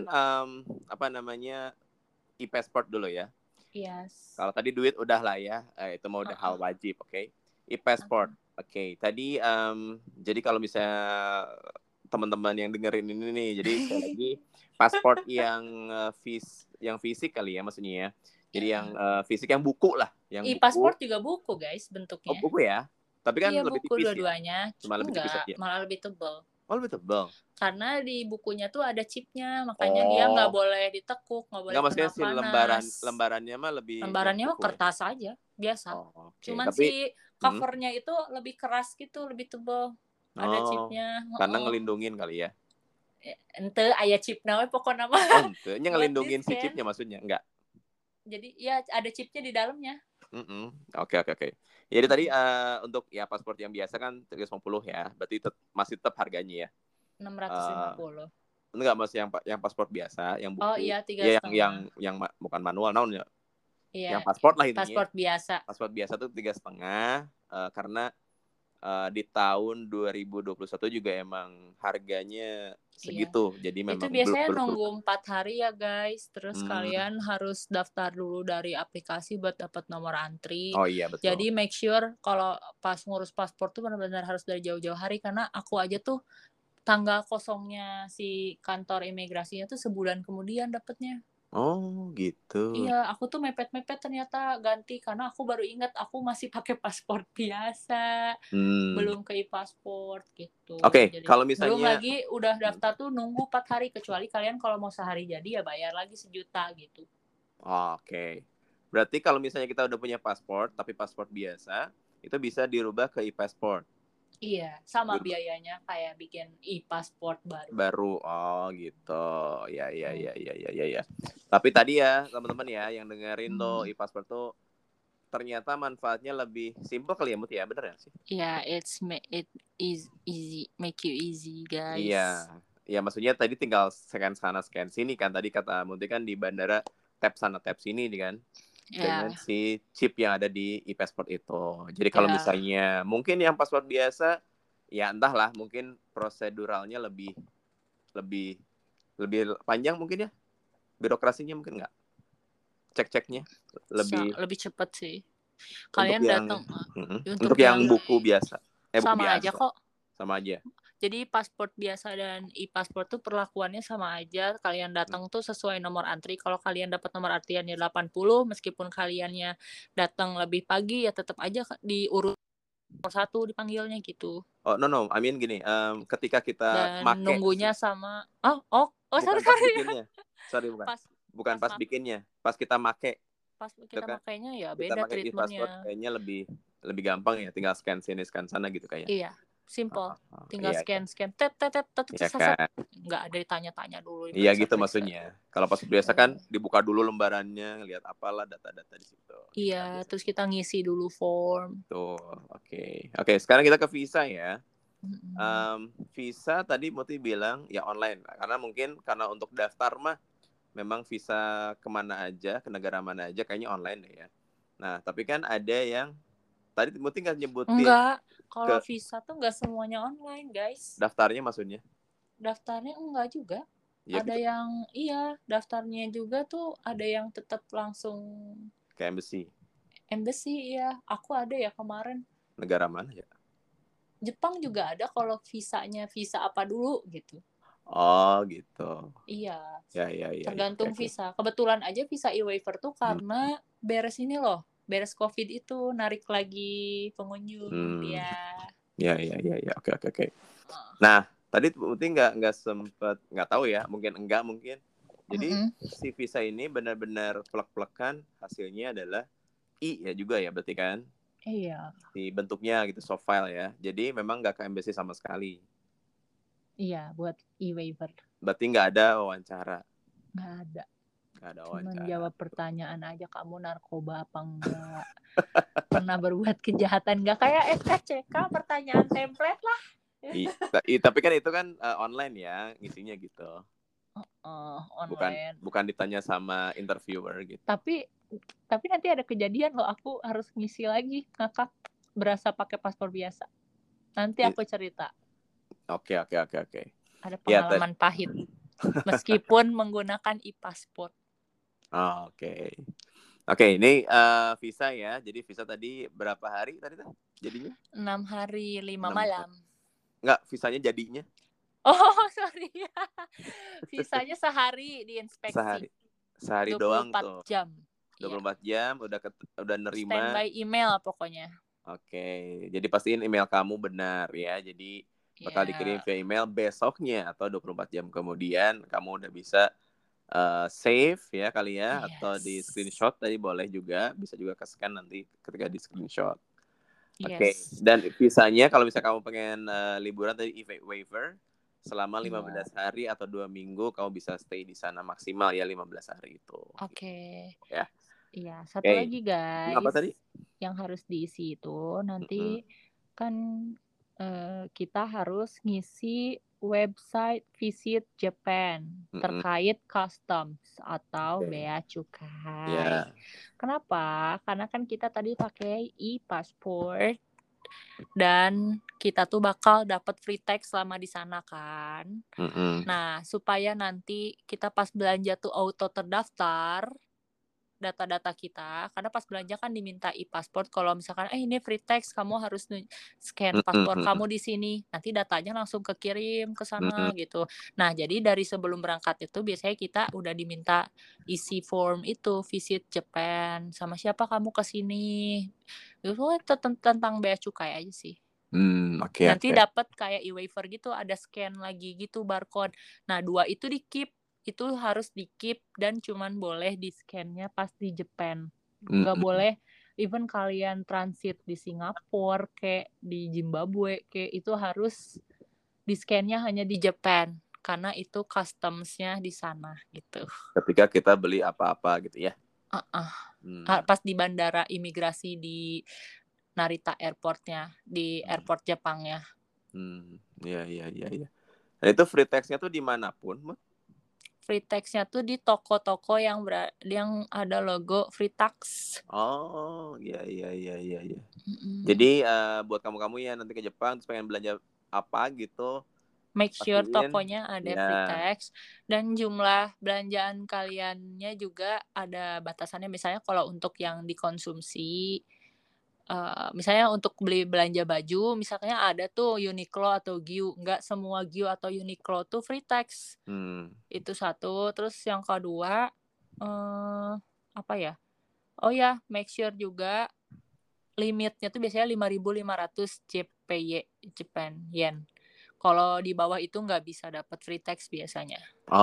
Speaker 1: e-passport dulu ya.
Speaker 2: Yes.
Speaker 1: Kalau tadi duit udah lah ya, itu mau udah hal wajib, oke. E-passport. Oke. Tadi jadi kalau misalnya teman-teman yang dengerin ini nih, jadi sekali lagi pasport yang fisik kali ya maksudnya ya. Jadi yang fisik, yang buku lah, yang
Speaker 2: e-passport juga buku guys bentuknya.
Speaker 1: Oh, buku ya. Tapi kan lebih
Speaker 2: buku
Speaker 1: tipis
Speaker 2: dua-duanya.
Speaker 1: Ya. Cuma lebih tipis aja.
Speaker 2: Malah lebih tebal.
Speaker 1: Oh, lebih tebal.
Speaker 2: Karena di bukunya tuh ada chipnya, makanya dia nggak boleh ditekuk, nggak boleh kena panas.
Speaker 1: Lembarannya mah lebih.
Speaker 2: Lembarannya mah kertas aja, biasa. Cuman si covernya itu lebih keras gitu, lebih tebal. Ada chipnya.
Speaker 1: Karena ngelindungin kali ya.
Speaker 2: Ente aya chip nawe pokoknya mah.
Speaker 1: Ente ngelindungin si chipnya maksudnya, enggak?
Speaker 2: Jadi ya ada chipnya di dalamnya.
Speaker 1: Oke. Jadi tadi untuk ya paspor yang biasa kan 350 ya. Berarti masih tetap harganya ya.
Speaker 2: 650.
Speaker 1: Enggak, Mas, yang paspor biasa, yang buku.
Speaker 2: Oh iya, 3,5.
Speaker 1: Yang bukan manual naon ya.
Speaker 2: Iya.
Speaker 1: Yang paspor lah intinya.
Speaker 2: Paspor biasa.
Speaker 1: Paspor biasa tuh 3,5 karena di tahun 2021 juga emang harganya
Speaker 2: Iya.
Speaker 1: segitu. Jadi
Speaker 2: Itu
Speaker 1: memang
Speaker 2: biasanya
Speaker 1: belum berubah.
Speaker 2: nunggu 4 hari ya guys. Terus kalian harus daftar dulu dari aplikasi buat dapat nomor antri.
Speaker 1: Oh iya betul.
Speaker 2: Jadi make sure kalau pas ngurus paspor tuh benar-benar harus dari jauh-jauh hari, karena aku aja tuh tanggal kosongnya si kantor imigrasinya tuh sebulan kemudian dapetnya.
Speaker 1: Oh gitu.
Speaker 2: Iya, aku tuh mepet-mepet ternyata ganti karena aku baru ingat aku masih pakai paspor biasa, belum ke e-pasport gitu.
Speaker 1: Oke,
Speaker 2: Jadi
Speaker 1: kalau
Speaker 2: belum
Speaker 1: misalnya
Speaker 2: lagi udah daftar tuh nunggu 4 hari, kecuali kalian kalau mau sehari jadi ya bayar lagi 1 juta gitu.
Speaker 1: oke. Berarti kalau misalnya kita udah punya paspor tapi paspor biasa, itu bisa dirubah ke e-passport.
Speaker 2: Iya, sama
Speaker 1: Dirubah
Speaker 2: biayanya kayak bikin e-pasport baru.
Speaker 1: baru. Oh gitu. Ya ya
Speaker 2: Hmm.
Speaker 1: ya ya ya ya ya. Tapi tadi ya teman-teman ya yang dengerin tuh e-passport tuh ternyata manfaatnya lebih simpel kali ya Mut ya, bener ya sih?
Speaker 2: Iya, it is easy, make you easy, guys.
Speaker 1: Iya. Ya maksudnya tadi tinggal scan sana scan sini kan, tadi kata Muti kan di bandara tap sana tap sini kan, dengan
Speaker 2: Ya,
Speaker 1: si chip yang ada di e-passport itu. Jadi kalau
Speaker 2: ya,
Speaker 1: misalnya mungkin yang paspor biasa, ya entahlah mungkin proseduralnya lebih lebih lebih panjang mungkin ya, birokrasinya mungkin nggak, cek-ceknya lebih
Speaker 2: lebih cepat sih.
Speaker 1: untuk
Speaker 2: Kalian
Speaker 1: yang
Speaker 2: datang
Speaker 1: untuk
Speaker 2: untuk
Speaker 1: yang
Speaker 2: yang
Speaker 1: buku biasa, buku
Speaker 2: sama aja
Speaker 1: biasa
Speaker 2: kok.
Speaker 1: sama aja.
Speaker 2: Jadi paspor biasa dan e-paspor tuh perlakuannya sama aja. Kalian datang tuh sesuai nomor antri. Kalau kalian dapat nomor antriannya 80, meskipun kaliannya datang lebih pagi ya tetap aja diurut nomor 1 dipanggilnya gitu.
Speaker 1: Oh no no, I mean gini, ketika kita
Speaker 2: Dan
Speaker 1: make
Speaker 2: nunggunya sama sorry
Speaker 1: bukan pas
Speaker 2: sorry.
Speaker 1: bikinnya, sorry bukan,
Speaker 2: Pas
Speaker 1: bukan
Speaker 2: pas
Speaker 1: pas bikinnya, pas kita make
Speaker 2: pas
Speaker 1: itu
Speaker 2: kita
Speaker 1: kan,
Speaker 2: makainya ya
Speaker 1: kita
Speaker 2: beda
Speaker 1: make e-passport
Speaker 2: treatmentnya.
Speaker 1: kayaknya lebih lebih gampang ya, tinggal scan sini scan sana gitu kayak.
Speaker 2: Iya, simple. Tinggal
Speaker 1: Iya iya
Speaker 2: scan tet tet tet tet
Speaker 1: iya
Speaker 2: tet,
Speaker 1: kan,
Speaker 2: nggak ada ditanya-tanya dulu,
Speaker 1: iya gitu
Speaker 2: diperiksa-periksa.
Speaker 1: maksudnya. Kalau paspor biasa kan dibuka dulu lembarannya, lihat apalah data-data di situ gitu kan
Speaker 2: Iya, terus
Speaker 1: biasanya.
Speaker 2: kita ngisi dulu form.
Speaker 1: Tuh, oke. Oke, sekarang kita ke visa ya.
Speaker 2: Mm-mm.
Speaker 1: Visa tadi Muti bilang ya online, karena mungkin karena untuk daftar mah memang visa kemana aja, ke negara mana aja kayaknya online deh ya. Nah, tapi kan ada yang tadi Muti nggak nyebutin
Speaker 2: Enggak,
Speaker 1: ke
Speaker 2: kalau visa tuh nggak semuanya online, guys.
Speaker 1: daftarnya maksudnya.
Speaker 2: Daftarnya enggak juga.
Speaker 1: Ya
Speaker 2: Ada
Speaker 1: kita
Speaker 2: yang iya, daftarnya juga tuh ada yang tetap langsung
Speaker 1: ke embassy.
Speaker 2: embassy ya. Aku ada ya kemarin.
Speaker 1: Negara mana ya?
Speaker 2: Jepang juga ada kalau visanya visa apa dulu gitu.
Speaker 1: Oh, gitu.
Speaker 2: Iya,
Speaker 1: Ya ya ya ya. Oke
Speaker 2: tergantung
Speaker 1: oke.
Speaker 2: visa. Kebetulan aja visa e-waiver tuh
Speaker 1: Hmm.
Speaker 2: karena beres ini loh, beres COVID itu narik lagi pengunjung
Speaker 1: Hmm.
Speaker 2: dia.
Speaker 1: Ya ya ya ya. Oke oke oke. Nah, tadi Muti nggak sempet, nggak tahu ya, mungkin enggak mungkin. Jadi si visa ini benar-benar plek-plekan hasilnya adalah I ya juga ya berarti kan?
Speaker 2: Iya,
Speaker 1: Si bentuknya gitu soft file ya. Jadi memang nggak ke embassy sama sekali.
Speaker 2: iya buat e-waiver.
Speaker 1: Berarti nggak ada wawancara.
Speaker 2: Nggak ada.
Speaker 1: Nggak ada
Speaker 2: Cuman
Speaker 1: wawancara.
Speaker 2: jawab pertanyaan aja, kamu narkoba apa enggak? Pernah berbuat kejahatan enggak? Kayak SKCK, pertanyaan template lah.
Speaker 1: Tapi kan itu kan online ya ngisinya gitu. Bukan
Speaker 2: Online.
Speaker 1: bukan ditanya sama interviewer gitu.
Speaker 2: Tapi nanti ada kejadian loh, aku harus ngisi lagi ngakak berasa pakai paspor biasa. Nanti aku cerita.
Speaker 1: Oke oke oke oke.
Speaker 2: Ada
Speaker 1: Ya,
Speaker 2: pengalaman pahit meskipun menggunakan e-pasport.
Speaker 1: Oke. Oke, ini visa ya. Jadi visa tadi berapa hari tadi tuh jadinya?
Speaker 2: 6 hari 5
Speaker 1: 6
Speaker 2: malam.
Speaker 1: Enggak, visanya jadinya
Speaker 2: Oh, sorry. Visanya sehari diinspeksi.
Speaker 1: Sehari doang
Speaker 2: 24
Speaker 1: tuh.
Speaker 2: jam.
Speaker 1: 24 jam udah nerima.
Speaker 2: Standby email pokoknya.
Speaker 1: Oke. Jadi pastiin email kamu benar ya. Jadi bakal dikirim via email besoknya atau 24 jam kemudian kamu udah bisa save ya kali ya, atau di screenshot tadi boleh juga, bisa juga ke scan nanti ketika di screenshot. Oke. Dan visanya kalau misalnya kamu pengen liburan tadi waiver selama 15 hari atau 2 minggu kamu bisa stay di sana maksimal ya 15 hari itu.
Speaker 2: Oke.
Speaker 1: Ya.
Speaker 2: Iya, satu lagi guys.
Speaker 1: Apa tadi?
Speaker 2: Yang harus diisi itu nanti kan kita harus ngisi website Visit Japan terkait customs atau bea cukai. Kenapa? Karena kan kita tadi pakai e-passport dan kita tuh bakal dapat free tax selama di sana kan.
Speaker 1: Mm-mm.
Speaker 2: Nah, supaya nanti kita pas belanja tuh auto terdaftar data-data kita, karena pas belanja kan diminta e-pasport. Kalau misalkan ini free tax, kamu harus scan paspor kamu di sini, nanti datanya langsung kekirim ke sana gitu. Nah, jadi dari sebelum berangkat itu biasanya kita udah diminta isi form itu, visit Japan, sama siapa kamu ke sini. Itu tentang bea cukai aja sih. Nanti dapat kayak e-waiver gitu, ada scan lagi gitu barcode. Nah, 2 itu di-keep, itu harus di-keep dan cuman boleh di-scan-nya pas di Japan. Nggak boleh even kalian transit di Singapura kayak di Zimbabwe kayak itu harus di-scan-nya hanya di Japan karena itu customs-nya di sana gitu.
Speaker 1: Ketika kita beli apa-apa gitu ya.
Speaker 2: Pas di bandara imigrasi di Narita Airport-nya, di airport Jepangnya.
Speaker 1: Iya. Dan itu free tax-nya tuh dimanapun?
Speaker 2: Free tax-nya tuh di toko-toko yang ada logo free tax.
Speaker 1: Oh, iya. Jadi buat kamu-kamu yang nanti ke Jepang terus pengen belanja apa gitu,
Speaker 2: make sure
Speaker 1: pastiin,
Speaker 2: tokonya ada free tax dan jumlah belanjaan kaliannya juga ada batasannya. Misalnya kalau untuk yang dikonsumsi, misalnya untuk beli belanja baju, misalnya ada tuh Uniqlo atau Giu. Nggak semua Giu atau Uniqlo tuh free tax. Itu satu. Terus yang kedua, apa ya? Oh ya, make sure juga limitnya tuh biasanya 5.500 JPY, Japan Yen. Kalau di bawah itu nggak bisa dapat free tax biasanya.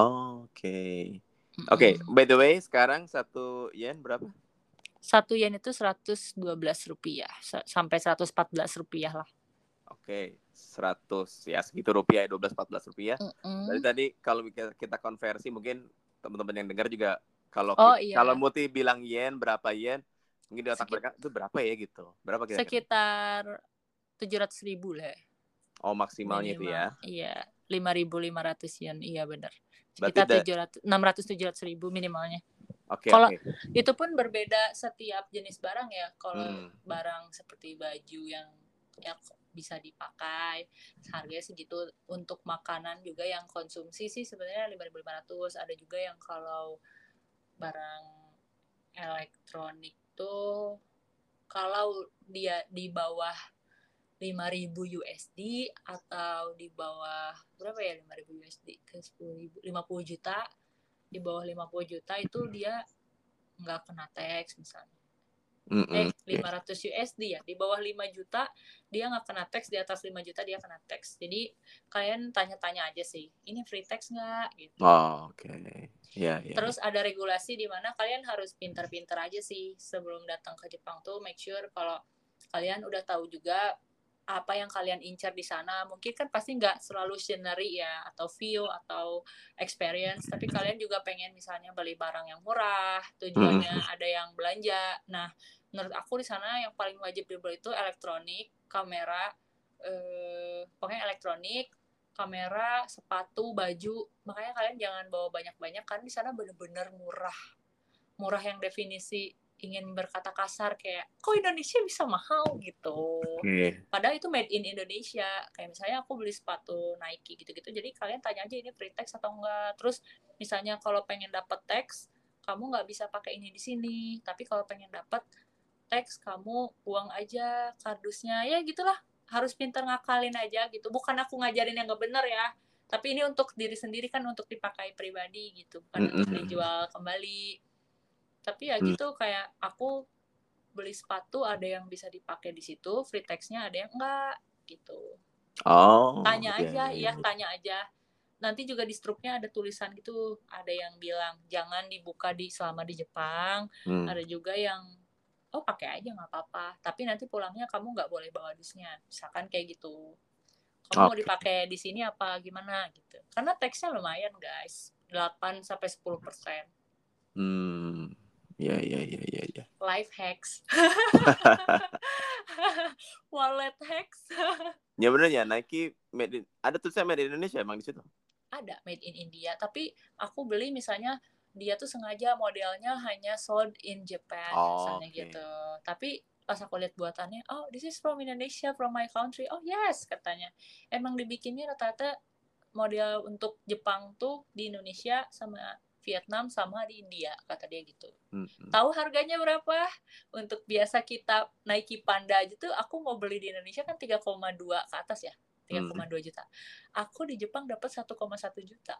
Speaker 1: Oke, by the way, sekarang 1 yen berapa?
Speaker 2: 1 yen itu 112 rupiah sampai 114 rupiah lah.
Speaker 1: Oke, 100 ya segitu rupiah, 12-14 rupiah. Jadi tadi kalau kita konversi mungkin teman-teman yang dengar juga kalau kalau Muti bilang yen berapa yen, mungkin di otak mereka itu berapa ya gitu. Berapa kira-kira?
Speaker 2: Sekitar 700.000 lah.
Speaker 1: Oh, maksimalnya itu ya.
Speaker 2: Iya, 5.500 yen, iya benar. Sekitar 600-700.000 minimalnya. Kalau itu pun berbeda setiap jenis barang ya. Kalau barang seperti baju yang bisa dipakai harganya segitu. Untuk makanan juga yang konsumsi sih sebenarnya 5.500. Ada juga yang kalau barang elektronik tuh kalau dia di bawah 5.000 USD atau di bawah berapa ya 5.000 USD ke 10.000 50 juta, di bawah 50 juta itu dia nggak kena tax misalnya. 500 USD ya, di bawah 5 juta dia nggak kena tax, di atas 5 juta dia kena tax. Jadi kalian tanya-tanya aja sih, ini free tax nggak gitu. Terus ada regulasi di mana kalian harus pintar-pintar aja sih sebelum datang ke Jepang tuh, make sure kalau kalian udah tahu juga apa yang kalian incar di sana. Mungkin kan pasti nggak selalu scenery ya, atau view, atau experience, tapi kalian juga pengen misalnya beli barang yang murah, tujuannya ada yang belanja. Nah, menurut aku di sana yang paling wajib dibeli itu elektronik, kamera, pokoknya elektronik, kamera, sepatu, baju. Makanya kalian jangan bawa banyak-banyak, kan di sana bener-bener murah yang definisi ingin berkata kasar kayak kok Indonesia bisa mahal gitu. Padahal itu made in Indonesia. Kayak misalnya aku beli sepatu Nike gitu-gitu, jadi kalian tanya aja ini free tax atau enggak. Terus misalnya kalau pengen dapat tax, kamu nggak bisa pakai ini di sini, tapi kalau pengen dapat tax kamu buang aja kardusnya. Ya gitulah, harus pintar ngakalin aja gitu. Bukan aku ngajarin yang nggak bener ya, tapi ini untuk diri sendiri kan, untuk dipakai pribadi gitu, bukan untuk dijual kembali. Tapi ya gitu, kayak aku beli sepatu ada yang bisa dipakai di situ free tax-nya, ada yang enggak gitu. Tanya aja. Tanya aja. Nanti juga di struknya ada tulisan gitu, ada yang bilang jangan dibuka selama di Jepang, ada juga yang pakai aja nggak apa-apa, tapi nanti pulangnya kamu nggak boleh bawa dusnya, misalkan kayak gitu. Kamu mau dipakai di sini apa gimana gitu, karena tax-nya lumayan guys, 8-10%.
Speaker 1: Iya.
Speaker 2: Life hacks. Wallet hacks.
Speaker 1: Ya bener ya, Nike ada tulisannya made in Indonesia emang di situ?
Speaker 2: Ada made in India, tapi aku beli misalnya dia tuh sengaja modelnya hanya sold in Japan misalnya gitu. Tapi pas aku lihat buatannya, oh this is from Indonesia, from my country. Oh yes, katanya. Emang dibikinnya rata-rata model untuk Jepang tuh di Indonesia sama Vietnam sama di India, kata dia gitu. Tahu harganya berapa? Untuk biasa kita Nike Panda aja tuh aku mau beli di Indonesia kan 3,2 ke atas ya. 3,2 juta. Aku di Jepang dapat 1,1 juta.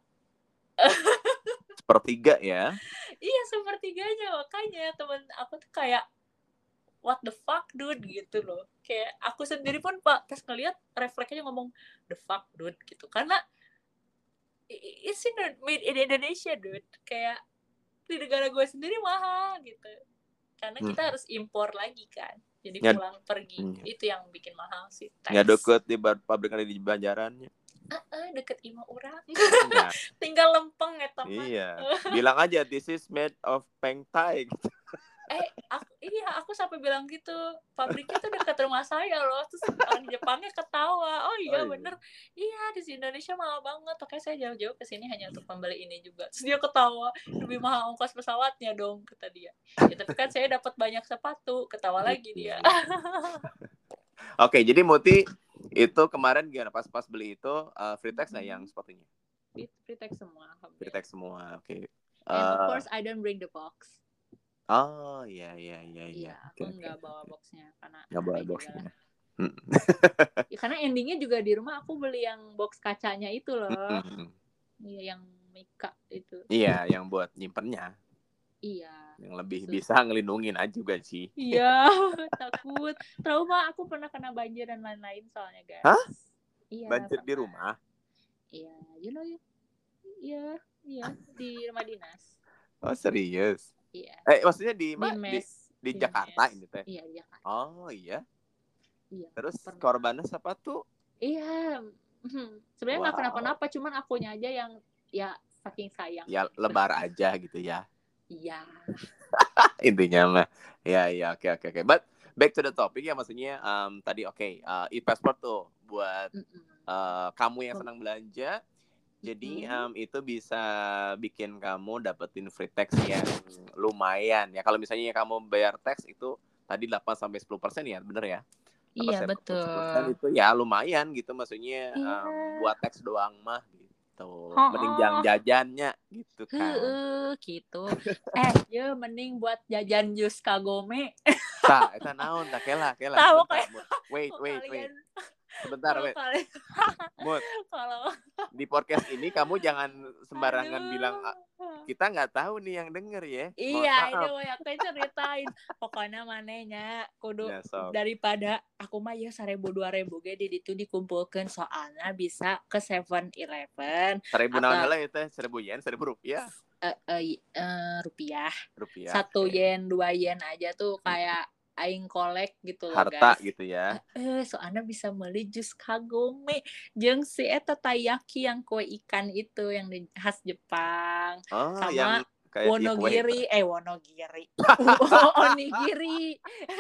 Speaker 1: Sepertiga ya?
Speaker 2: Iya, sepertiganya. Makanya temen aku tuh kayak what the fuck dude gitu loh. Kayak aku sendiri pun pas ngeliat refleksnya ngomong the fuck dude gitu. Karena it's made in Indonesia dude. Kayak di negara gue sendiri mahal gitu. Karena kita harus impor lagi kan. Jadi pulang pergi. Itu yang bikin mahal sih.
Speaker 1: Nggak deket di pabrik ada di Banjarannya.
Speaker 2: Deket Ima orang. Tinggal lempeng ya teman.
Speaker 1: Iya. Bilang aja this is made of pengtai gitu.
Speaker 2: Aku sampai bilang gitu, pabriknya tuh dekat rumah saya loh. Terus orang Jepangnya ketawa. Oh iya bener. Iya di Indonesia mahal banget. Oke saya jauh-jauh ke sini hanya untuk membeli ini juga. Terus dia ketawa, lebih mahal ongkos pesawatnya dong, kata dia. Ya tapi kan saya dapat banyak sepatu. Ketawa lagi dia.
Speaker 1: Oke, jadi Muti itu kemarin gimana pas beli itu free tax nggak yang sepatunya?
Speaker 2: Free tax semua.
Speaker 1: Free tax semua, oke.
Speaker 2: And of course I don't bring the box.
Speaker 1: Oh iya.
Speaker 2: Aku nggak bawa boxnya karena
Speaker 1: nggak bawa boxnya.
Speaker 2: Ya, karena endingnya juga di rumah aku beli yang box kacanya itu loh. Iya yang Mika itu.
Speaker 1: Iya, yang buat nyimpennya.
Speaker 2: Iya.
Speaker 1: Yang lebih bisa ngelindungin aja juga sih.
Speaker 2: Iya, takut. Trauma, aku pernah kena banjir dan lain-lain soalnya, guys.
Speaker 1: Hah?
Speaker 2: Iya.
Speaker 1: Banjir di rumah?
Speaker 2: Iya, iya, di rumah dinas.
Speaker 1: Oh, serius?
Speaker 2: Iya.
Speaker 1: Maksudnya di Jakarta
Speaker 2: mes.
Speaker 1: ini teh?
Speaker 2: Iya, di Jakarta.
Speaker 1: Oh, iya.
Speaker 2: Iya.
Speaker 1: Terus korbannya siapa tuh?
Speaker 2: Iya. Sebenarnya nggak kenapa-napa, cuman akunya aja yang ya saking sayang.
Speaker 1: Ya lebar aja gitu ya.
Speaker 2: Iya.
Speaker 1: Intinya mah. Ya, oke. But back to the topic ya, maksudnya tadi e-passport tuh buat kamu yang senang belanja. Jadi itu bisa bikin kamu dapetin free tax yang lumayan ya. Kalau misalnya kamu bayar tax itu tadi 8-10% ya, bener ya?
Speaker 2: Iya, betul.
Speaker 1: 10% itu ya lumayan gitu, maksudnya buat tax doang mah gitu. Mending jajannya gitu kan.
Speaker 2: Gitu. Mending buat jajan jus Kagome.
Speaker 1: Tah, eta naon tah kela. Wait. Sebentar, wait. Mut. Di podcast ini kamu jangan sembarangan bilang kita nggak tahu nih yang denger ya.
Speaker 2: Iya, ini mau aku ceritain. Pokoknya manehnya kudu daripada aku mah ya 1.000-2.000 ge di ditu dikumpulkeun soalnya bisa ke 7-Eleven.
Speaker 1: 1.000 naon heula ya teh? 1.000 yen, 1.000 rupiah.
Speaker 2: Rupiah.
Speaker 1: 1
Speaker 2: yen, 2 yen aja tuh kayak aing kolek gitu loh,
Speaker 1: harta
Speaker 2: guys.
Speaker 1: Gitu ya.
Speaker 2: Soalnya bisa beli jus Kagome jeung si eta taiyaki yang kue ikan itu yang khas Jepang. Sama yang Wonogiri, onigiri.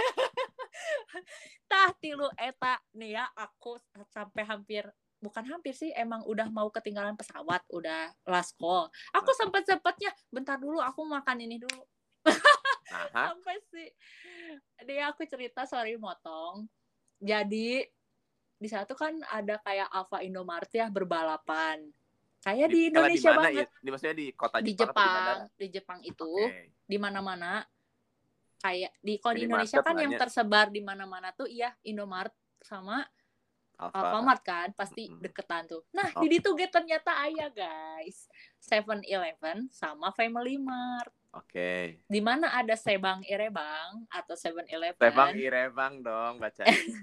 Speaker 2: Tah tilu eta nih ya, aku sampai bukan hampir sih, emang udah mau ketinggalan pesawat, udah last call. Aku sempatnya bentar dulu aku makan ini dulu. Sampai sih dia aku cerita, sorry motong. Jadi di sana tuh kan ada kayak Alfa Indomart ya berbalapan. Kayak di Indonesia banget.
Speaker 1: Maksudnya di kota
Speaker 2: Jepang, di Jepang itu di mana-mana. Kayak kalau di Indonesia kan yang tersebar di mana-mana tuh Indomart sama Alfamart kan pasti deketan tuh. Nah, di situ ternyata aya guys 7-Eleven sama Family Mart.
Speaker 1: Oke.
Speaker 2: Di mana ada Sebang Irebang atau 7-Eleven.
Speaker 1: Sebang Irebang dong baca.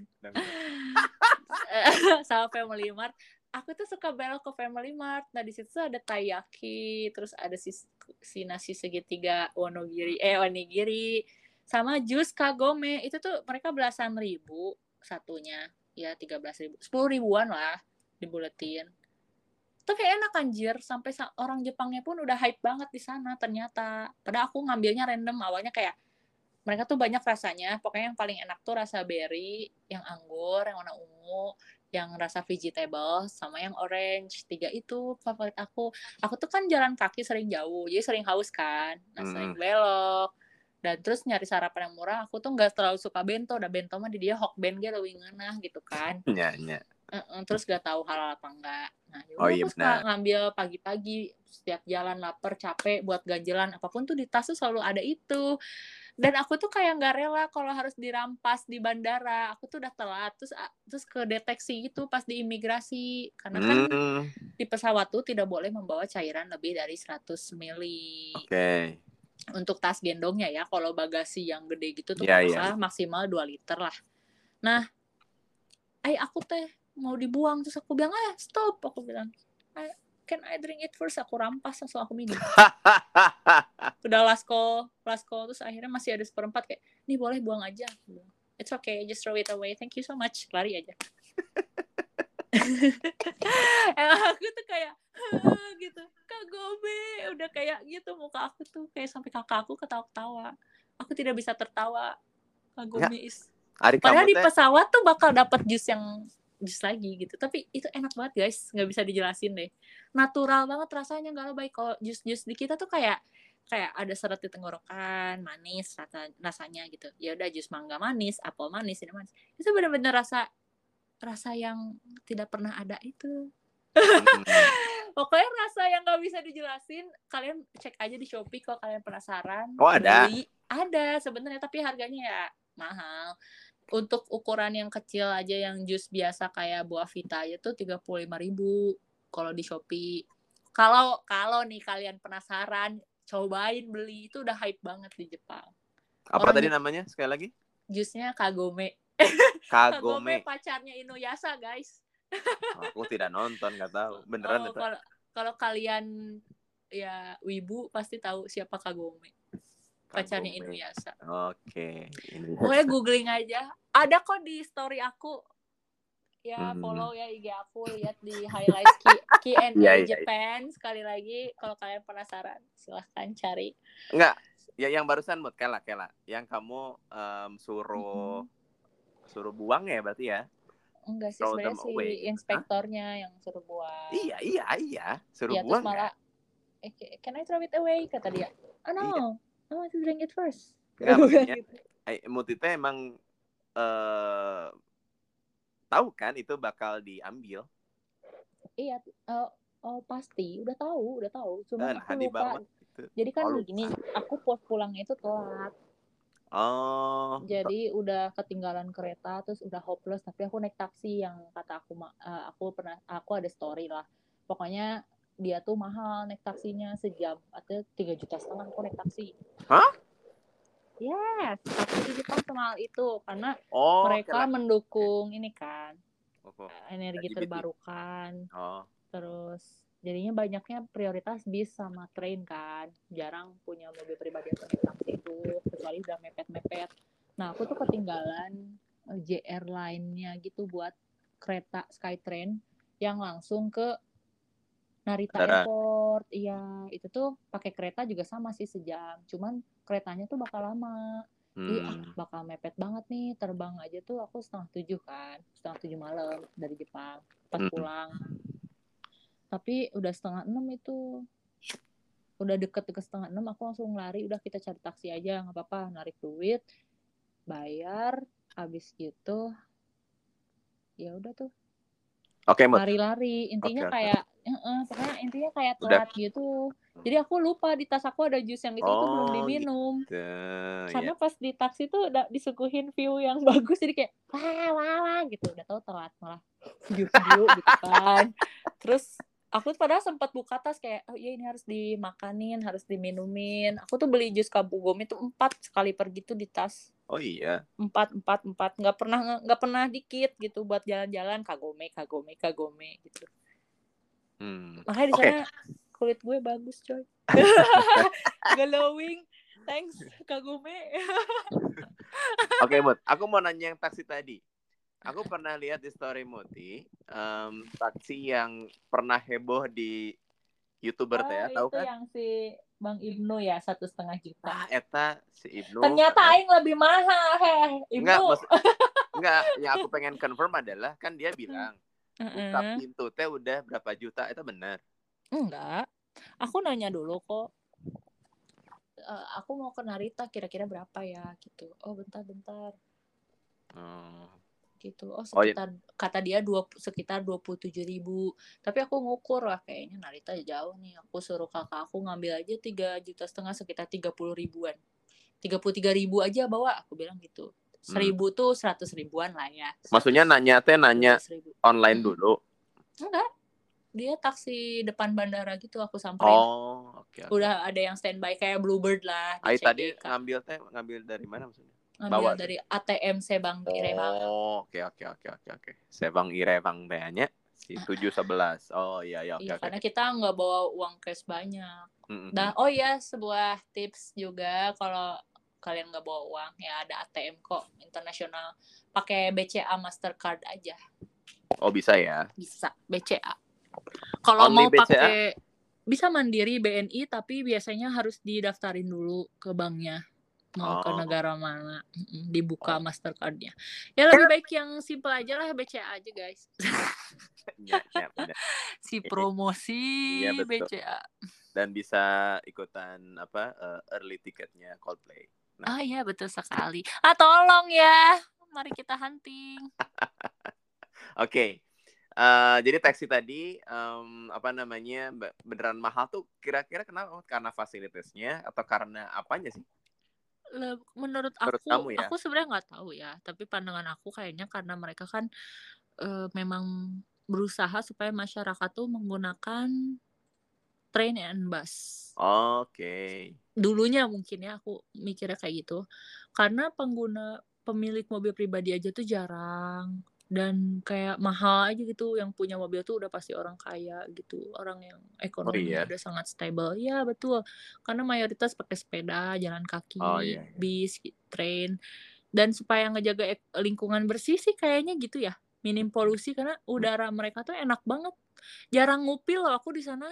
Speaker 2: Sama Family Mart. Aku tuh suka belok ke Family Mart. Nah, di situ ada taiyaki, terus ada si nasi segitiga onigiri, sama jus Kagome. Itu tuh mereka belasan ribu satunya. Ya 13.000, 10.000-an lah dibuletin. Itu kayak enak anjir, sampai orang Jepangnya pun udah hype banget di sana ternyata. Padahal aku ngambilnya random, awalnya kayak mereka tuh banyak rasanya. Pokoknya yang paling enak tuh rasa berry, yang anggur, yang warna ungu, yang rasa vegetable, sama yang orange. 3 itu favorit aku. Aku tuh kan jalan kaki sering jauh, jadi sering haus kan. Nah, sering belok. Dan terus nyari sarapan yang murah, aku tuh nggak terlalu suka bento. Udah bento mah di dia hokben ge leuwih ngeunah gitu kan.
Speaker 1: Nya.
Speaker 2: Terus gak tahu halal apa enggak. Nah,
Speaker 1: Oh
Speaker 2: yaudah
Speaker 1: iya
Speaker 2: aku suka
Speaker 1: benar.
Speaker 2: ngambil pagi-pagi setiap jalan lapar capek buat ganjelan apapun tuh di tas tuh selalu ada itu. Dan aku tuh kayak nggak rela kalau harus dirampas di bandara. Aku tuh udah telat terus kedeteksi gitu pas di imigrasi karena kan di pesawat tuh tidak boleh membawa cairan lebih dari 100 mili.
Speaker 1: Oke.
Speaker 2: Untuk tas gendongnya ya. Kalau bagasi yang gede gitu tuh
Speaker 1: Iya,
Speaker 2: kalau
Speaker 1: iya.
Speaker 2: salah maksimal 2 liter lah. Nah, aku teh mau dibuang terus aku bilang stop, aku bilang can I drink it first, aku rampas langsung aku minum. Udah last call terus akhirnya masih ada 1/4 kayak nih boleh buang aja, it's okay just throw it away, thank you so much, lari aja. Aku tuh kayak gitu, Kak Gobe udah kayak gitu, muka aku tuh kayak sampai kakak aku ketawa-ketawa, aku tidak bisa tertawa. Kak Gobe padahal di pesawat tuh bakal dapat jus lagi gitu, tapi itu enak banget guys, nggak bisa dijelasin deh, natural banget rasanya, nggak lebay. Kalau jus di kita tuh kayak ada seret di tenggorokan, manis rasanya gitu. Ya udah jus mangga manis, apel manis, ini manis. Itu benar-benar rasa yang tidak pernah ada itu. Pokoknya rasa yang nggak bisa dijelasin. Kalian cek aja di Shopee kalau kalian penasaran.
Speaker 1: Oh ada?
Speaker 2: Beli ada sebenarnya, tapi harganya ya mahal. Untuk ukuran yang kecil aja yang jus biasa kayak buah vita aja tuh 35.000 kalau di Shopee. Kalau nih kalian penasaran, cobain beli, itu udah hype banget di Jepang.
Speaker 1: Apa tadi namanya sekali lagi?
Speaker 2: Jusnya Kagome.
Speaker 1: Kagome
Speaker 2: pacarnya Inuyasha, guys.
Speaker 1: Aku tidak nonton, nggak tahu. Beneran itu.
Speaker 2: Kalau kalian ya wibu pasti tahu siapa Kagome. Pacarnya Inuyasha.
Speaker 1: Oke.
Speaker 2: Boleh googling aja. Ada kok di story aku. Ya follow ya IG aku, lihat di highlights Q&A Japan. Sekali lagi kalau kalian penasaran silahkan cari.
Speaker 1: Enggak. Ya yang barusan Mut, Kela. Yang kamu suruh buang ya berarti ya?
Speaker 2: Enggak sih, sebenarnya si inspektornya yang suruh buang.
Speaker 1: Iya. Suruh
Speaker 2: ya,
Speaker 1: buang
Speaker 2: terus malah can I throw it away, kata dia. Oh no,
Speaker 1: iya.
Speaker 2: I want to drink it first.
Speaker 1: Enggak, maksudnya Mutite emang tahu kan itu bakal diambil.
Speaker 2: Iya, pasti udah tahu. Cuman aku lupa.
Speaker 1: Gitu.
Speaker 2: Jadi kan begini, aku pulang itu telat.
Speaker 1: Oh.
Speaker 2: Jadi udah ketinggalan kereta, terus udah hopeless, tapi aku naik taksi yang kata aku ada story lah. Pokoknya dia tuh mahal naik taksinya, sejam atau 3,5 juta aku naik taksi.
Speaker 1: Hah?
Speaker 2: Yes, taksi di Jepang semahal itu karena mereka mendukung ini kan, energi terbarukan. Terus jadinya banyaknya prioritas bis sama train kan, jarang punya mobil pribadi atau naik taksi itu, kecuali udah mepet-mepet. Nah aku tuh ketinggalan JR Line-nya gitu buat kereta Skytrain yang langsung ke Narita Airport. Iya, itu tuh pakai kereta juga sama sih sejam, cuman keretanya tuh bakal lama. Jadi bakal mepet banget nih, terbang aja tuh aku 6:30 kan, 6:30 malam dari Jepang pas pulang. Tapi udah 5:30 itu, udah deket 5:30 aku langsung lari, udah kita cari taksi aja nggak apa-apa, narik duit, bayar, habis gitu ya udah tuh lari-lari. Intinya kayak pokoknya intinya kayak telat gitu. Jadi aku lupa di tas aku ada jus yang itu belum diminum. Gitu. Karena pas di taksi tuh udah disuguhin view yang bagus, jadi kayak wah gitu. Udah tahu telat malah jus gitu kan. Terus aku padahal sempat buka tas kayak ini harus dimakanin, harus diminumin. Aku tuh beli jus Kabugome itu 4 sekali pergi tuh di tas.
Speaker 1: Oh iya.
Speaker 2: 4 nggak pernah dikit gitu buat jalan-jalan. Kagome gitu. Makanya di sana kulit gue bagus coy. Glowing. Thanks Kagome.
Speaker 1: Oke Mut, aku mau nanya yang taksi tadi. Aku pernah lihat di story Muti, taksi yang pernah heboh di YouTuber ya, tahu kan?
Speaker 2: Itu yang si Bang Ibnu ya, 1,5 juta.
Speaker 1: Eta si Ibnu.
Speaker 2: Ternyata aing lebih mahal, Ibnu.
Speaker 1: Enggak, yang aku pengen confirm adalah kan dia bilang buka pintu teh udah berapa juta, itu benar?
Speaker 2: Enggak. Aku nanya dulu kok. aku mau ke Narita kira-kira berapa ya gitu. Oh bentar gitu. Oh sekitar kata dia sekitar 27.000. Tapi aku ngukur lah kayaknya Narita jauh nih. Aku suruh kakak aku ngambil aja 3,5 juta sekitar 30 ribuan. 33.000 aja bawa, aku bilang gitu. 1.000 tuh 100 ribuan lah ya.
Speaker 1: Maksudnya nanya online dulu?
Speaker 2: Enggak, dia taksi depan bandara gitu aku samperin.
Speaker 1: Oh, oke.
Speaker 2: Udah ada yang standby kayak Bluebird lah di CGK.
Speaker 1: Tadi ngambil dari mana maksudnya?
Speaker 2: Ngambil dari ATM Sebang Irewang.
Speaker 1: Oh, oke. Sebang Irewang tanya si 711. Oh iya.
Speaker 2: Iya, karena kita nggak bawa uang cash banyak. Dan oh ya, sebuah tips juga kalau kalian nggak bawa uang ya ada ATM kok internasional, pakai BCA Mastercard aja.
Speaker 1: Oh bisa ya?
Speaker 2: Bisa BCA. Kalau mau pakai bisa Mandiri BNI tapi biasanya harus didaftarin dulu ke banknya mau ke negara mana, dibuka Mastercardnya. Ya lebih baik yang simple aja lah, BCA aja guys.
Speaker 1: Ya.
Speaker 2: Si promosi BCA.
Speaker 1: Dan bisa ikutan early ticketnya Coldplay.
Speaker 2: Nah. Iya betul sekali. Tolong ya, mari kita hunting.
Speaker 1: Oke. Jadi taksi tadi beneran mahal tuh kira-kira kenapa? Karena fasilitasnya atau karena apanya sih?
Speaker 2: Menurut aku, aku sebenarnya nggak tahu ya. Tapi pandangan aku kayaknya karena mereka kan memang berusaha supaya masyarakat tuh menggunakan train and bus.
Speaker 1: Oke.
Speaker 2: Dulunya mungkin ya aku mikirnya kayak gitu. Karena pemilik mobil pribadi aja tuh jarang. Dan kayak mahal aja gitu, yang punya mobil tuh udah pasti orang kaya gitu, orang yang ekonominya udah sangat stable. Ya betul, karena mayoritas pakai sepeda, jalan kaki, bis, train. Dan supaya ngejaga lingkungan bersih sih kayaknya gitu ya, minim polusi karena udara mereka tuh enak banget. Jarang ngupil loh aku di sana.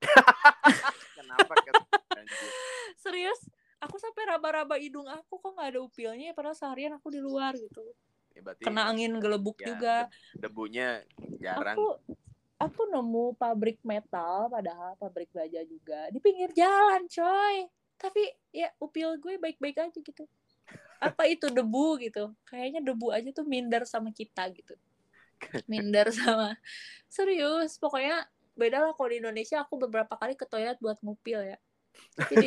Speaker 1: Kenapa?
Speaker 2: Serius, aku sampai raba-raba hidung aku kok nggak ada upilnya, padahal seharian aku di luar gitu. Ya, kena angin gelebuk juga.
Speaker 1: Debunya jarang.
Speaker 2: Aku nemu pabrik metal, padahal pabrik baja juga di pinggir jalan, coy. Tapi ya upil gue baik-baik aja gitu. Apa itu debu gitu? Kayaknya debu aja tuh minder sama kita gitu. Minder sama. Serius, pokoknya beda lah kalau di Indonesia aku beberapa kali ke toilet buat ngupil ya. Tapi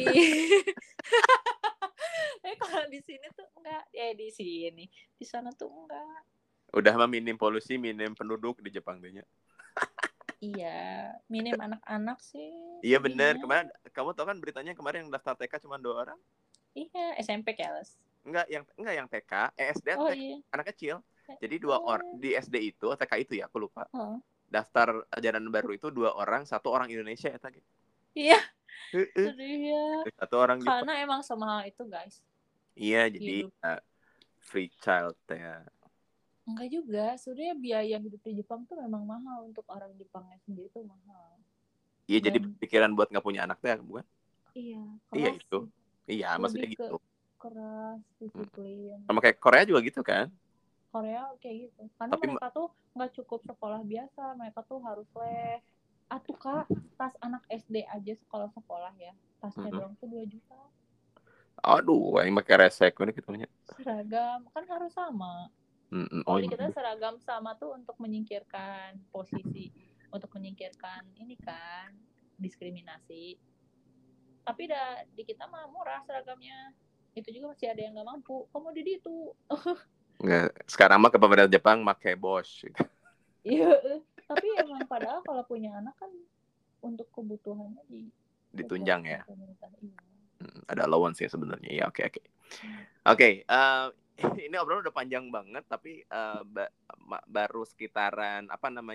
Speaker 2: kalau di sini tuh enggak. Di sana tuh enggak.
Speaker 1: Udah mah minim polusi, minim penduduk di Jepang tuhnya.
Speaker 2: Iya, minim anak-anak sih.
Speaker 1: Iya bener, kemarin kamu tahu kan beritanya kemarin yang daftar TK cuma 2 orang?
Speaker 2: Iya, SMP keles.
Speaker 1: Enggak yang TK, SD anak kecil. Jadi 2 orang di SD itu, TK itu ya, aku lupa. Daftar ajaran baru itu 2 orang, 1 orang Indonesia ya tadi.
Speaker 2: Iya. Sedih ya.
Speaker 1: 1 orang
Speaker 2: Jepang. Karena emang semahal itu, guys.
Speaker 1: Iya, jadi free child ya.
Speaker 2: Enggak juga, sebenarnya biaya hidup di Jepang tuh memang mahal untuk orang Jepangnya sendiri tuh mahal.
Speaker 1: Iya, jadi pikiran buat nggak punya anak tuh ya, bukan?
Speaker 2: Iya,
Speaker 1: iya itu. Iya, maksudnya gitu.
Speaker 2: Keras, disiplin.
Speaker 1: Sama kayak Korea juga gitu kan?
Speaker 2: Korea kayak gitu. Karena mereka tuh nggak cukup sekolah biasa, mereka tuh harus les. Tuh Kak, tas anak SD aja sekolah ya, tasnya doang tuh 2 juta.
Speaker 1: Aduh, yang pakai resek gitu punya.
Speaker 2: Seragam kan harus sama. Kalau di kita seragam sama tuh untuk menyingkirkan posisi, untuk menyingkirkan ini kan diskriminasi. Tapi di kita mah murah seragamnya. Itu juga masih ada yang nggak mampu. Komoditi itu.
Speaker 1: Nggak, sekarang mah ke pemerintah Jepang pakai Bosch.
Speaker 2: Iya, tapi emang padahal kalau punya anak kan untuk kebutuhannya
Speaker 1: ditunjang ya.
Speaker 2: Iya.
Speaker 1: Ada allowance ya sebenarnya. Ya, oke. Oke, ini obrolan udah panjang banget tapi baru sekitaran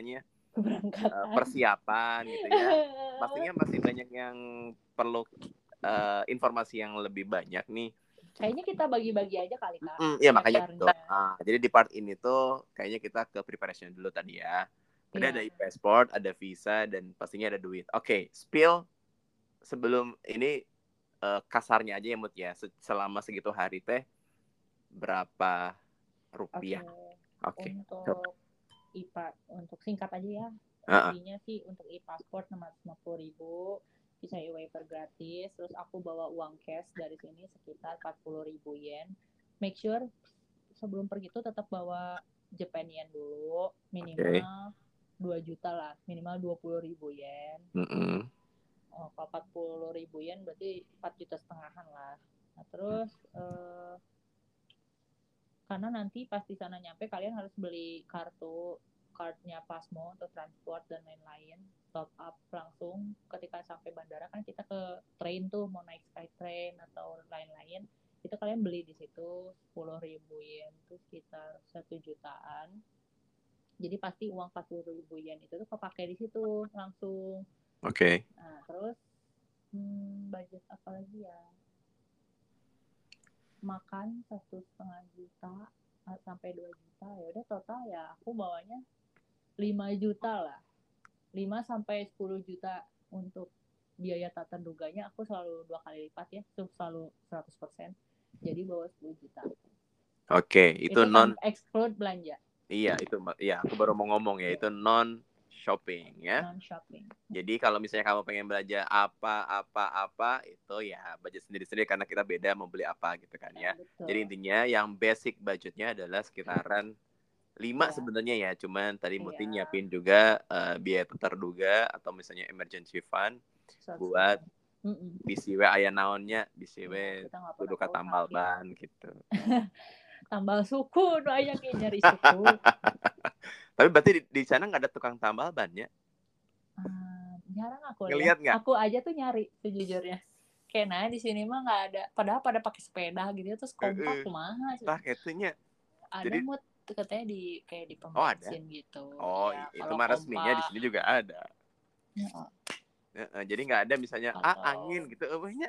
Speaker 1: persiapan gitu ya. Pastinya masih banyak yang perlu informasi yang lebih banyak nih.
Speaker 2: Kayaknya kita bagi-bagi aja kali Kak.
Speaker 1: Iya makanya gitu. Jadi di part ini tuh kayaknya kita ke preparation dulu tadi ya. Tadi ada e-passport, ada visa dan pastinya ada duit. Oke, spill sebelum ini kasarnya aja ya Mut ya. Selama segitu hari teh berapa rupiah?
Speaker 2: Oke. Untuk IPA, untuk singkat aja ya. Intinya sih untuk e-passport 650.000, bisa e-waiver gratis. Terus aku bawa uang cash dari sini sekitar 40.000 yen. Make sure sebelum pergi tuh tetap bawa Japan yen dulu, minimal 2 juta lah, minimal 20.000 yen. Kalau 40.000 yen berarti 4 juta setengahan lah. Nah terus karena nanti pas di sana nyampe kalian harus beli cardnya Pasmo untuk transport dan lain-lain, top up langsung ketika sampai bandara. Kan kita ke train tuh, mau naik Skytrain atau lain-lain, itu kalian beli di situ 10.000 yen itu sekitar 1 jutaan. Jadi pasti uang 40.000 yen itu tuh kepake di situ langsung. Nah terus budget apa lagi ya, makan 1,5 juta sampai 2 juta, ya udah total ya aku bawanya 5 juta lah, 5 sampai 10 juta untuk biaya tak terduganya. Aku selalu 2 kali lipat ya, selalu 100%, jadi bawa 10 juta. Itu non exclude belanja.
Speaker 1: Iya, aku baru mau ngomong ya, itu non shopping ya.
Speaker 2: Non shopping.
Speaker 1: Jadi kalau misalnya kamu pengen belanja apa itu ya budget sendiri-sendiri karena kita beda mau beli apa gitu kan ya.
Speaker 2: Betul.
Speaker 1: Jadi intinya yang basic budgetnya adalah sekitaran 5 sebenarnya ya. Cuman tadi Muti nyiapin juga biaya tak terduga atau misalnya emergency fund buat bisiwe aya naonnya, bisiwe kudu ka tambal ban gitu.
Speaker 2: Tambal suku no aya ge nyari suku.
Speaker 1: Tapi berarti di sana nggak ada tukang tambal bannya?
Speaker 2: Jarang aku
Speaker 1: lihat.
Speaker 2: Aku aja tuh nyari sejujurnya. Kayaknya di sini mah nggak ada. Padahal pada pakai sepeda gitu terus kompak kumaha.
Speaker 1: Tah itunya.
Speaker 2: Ada jadi, katanya kayak di pom bensin gitu.
Speaker 1: Ya, itu mah resminya di sini juga ada. Jadi nggak ada misalnya angin gitu banyak.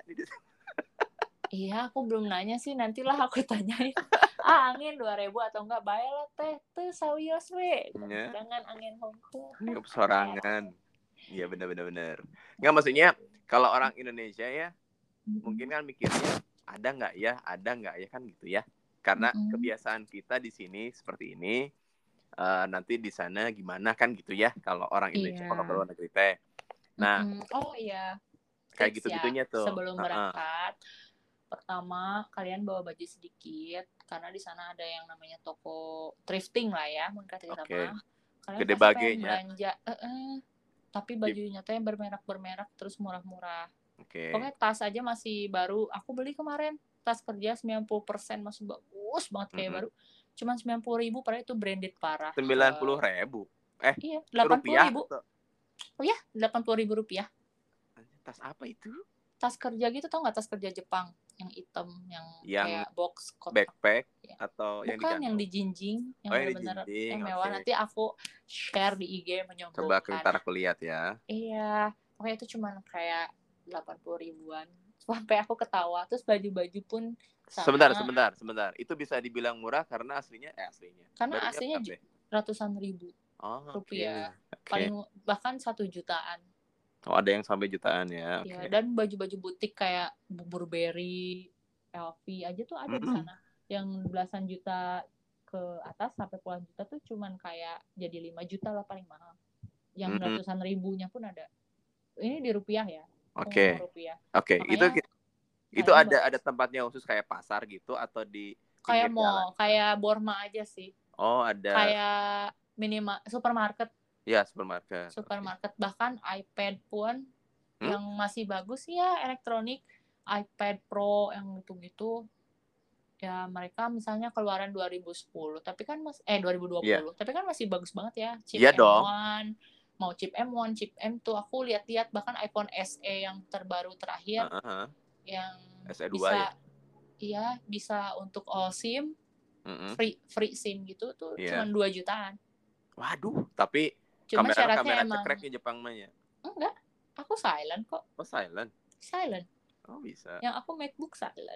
Speaker 2: Iya, aku belum nanya sih, nantilah aku tanyain. Angin 2.000 atau enggak, baiklah teh sawios we. Dengan angin Hongkong.
Speaker 1: Niup sorangan. Iya benar. Nggak, maksudnya kalau orang Indonesia ya mungkin kan mikirnya ada nggak ya kan gitu ya. Karena kebiasaan kita di sini seperti ini, nanti di sana gimana kan gitu ya kalau orang Indonesia kalau ke luar negeri teh. Nah, kayak gitu-gitunya tuh.
Speaker 2: Sebelum berangkat, pertama kalian bawa baju sedikit karena di sana ada yang namanya toko thrifting lah ya, mungkin kata kita mah. Kalian
Speaker 1: gede
Speaker 2: pasti pengen
Speaker 1: bagenya
Speaker 2: belanja, tapi bajunya tuh yang bermerek terus murah-murah. Pokoknya tas aja masih baru. Aku beli kemarin tas kerja 90% masih bagus banget kayak baru. Cuman 90.000, padahal itu branded parah.
Speaker 1: 90.000?
Speaker 2: Iya, 80.000. Oh ya, 80.000 rupiah.
Speaker 1: Tas apa itu?
Speaker 2: Tas kerja gitu, tau nggak, tas kerja Jepang yang hitam, yang kayak box kotak.
Speaker 1: Backpack ya. Atau
Speaker 2: bukan yang dijinjing, yang benar-benar yang mewah. Nanti aku share di IG menyombongkan.
Speaker 1: Coba kita aku lihat ya.
Speaker 2: Iya, pokoknya itu cuman kayak 80.000-an. Sampai aku ketawa. Terus baju-baju pun
Speaker 1: sama. Sebentar. Itu bisa dibilang murah karena aslinya.
Speaker 2: Karena aslinya ratusan ribu rupiah. Paling bahkan 1 jutaan.
Speaker 1: Oh, ada yang sampai jutaan ya.
Speaker 2: Ya, dan baju-baju butik kayak Burberry, LV aja tuh ada di sana. Yang belasan juta ke atas sampai puluhan juta tuh cuman kayak jadi 5 juta lah paling mahal. Yang ratusan ribunya pun ada. Ini di rupiah ya.
Speaker 1: Oke. Itu ada tempatnya khusus kayak pasar gitu atau di
Speaker 2: kayak mall, kayak Borma aja sih.
Speaker 1: Oh, ada.
Speaker 2: Kayak supermarket.
Speaker 1: Ya, supermarket.
Speaker 2: Bahkan iPad pun yang masih bagus ya, elektronik, iPad Pro yang gitu-gitu. Ya mereka misalnya keluaran 2010, tapi kan 2020, tapi kan masih bagus banget ya. Chip M1, mau chip M1, chip M2, aku lihat-lihat bahkan iPhone SE yang terbaru terakhir, yang
Speaker 1: SE2
Speaker 2: bisa, iya bisa untuk all SIM, free SIM gitu tuh, cuma 2 jutaan.
Speaker 1: Waduh, tapi
Speaker 2: cuma
Speaker 1: kamera cekreknya Jepang mah ya?
Speaker 2: Enggak, aku silent kok.
Speaker 1: Oh, silent?
Speaker 2: Silent.
Speaker 1: Oh, bisa.
Speaker 2: Yang aku MacBook silent.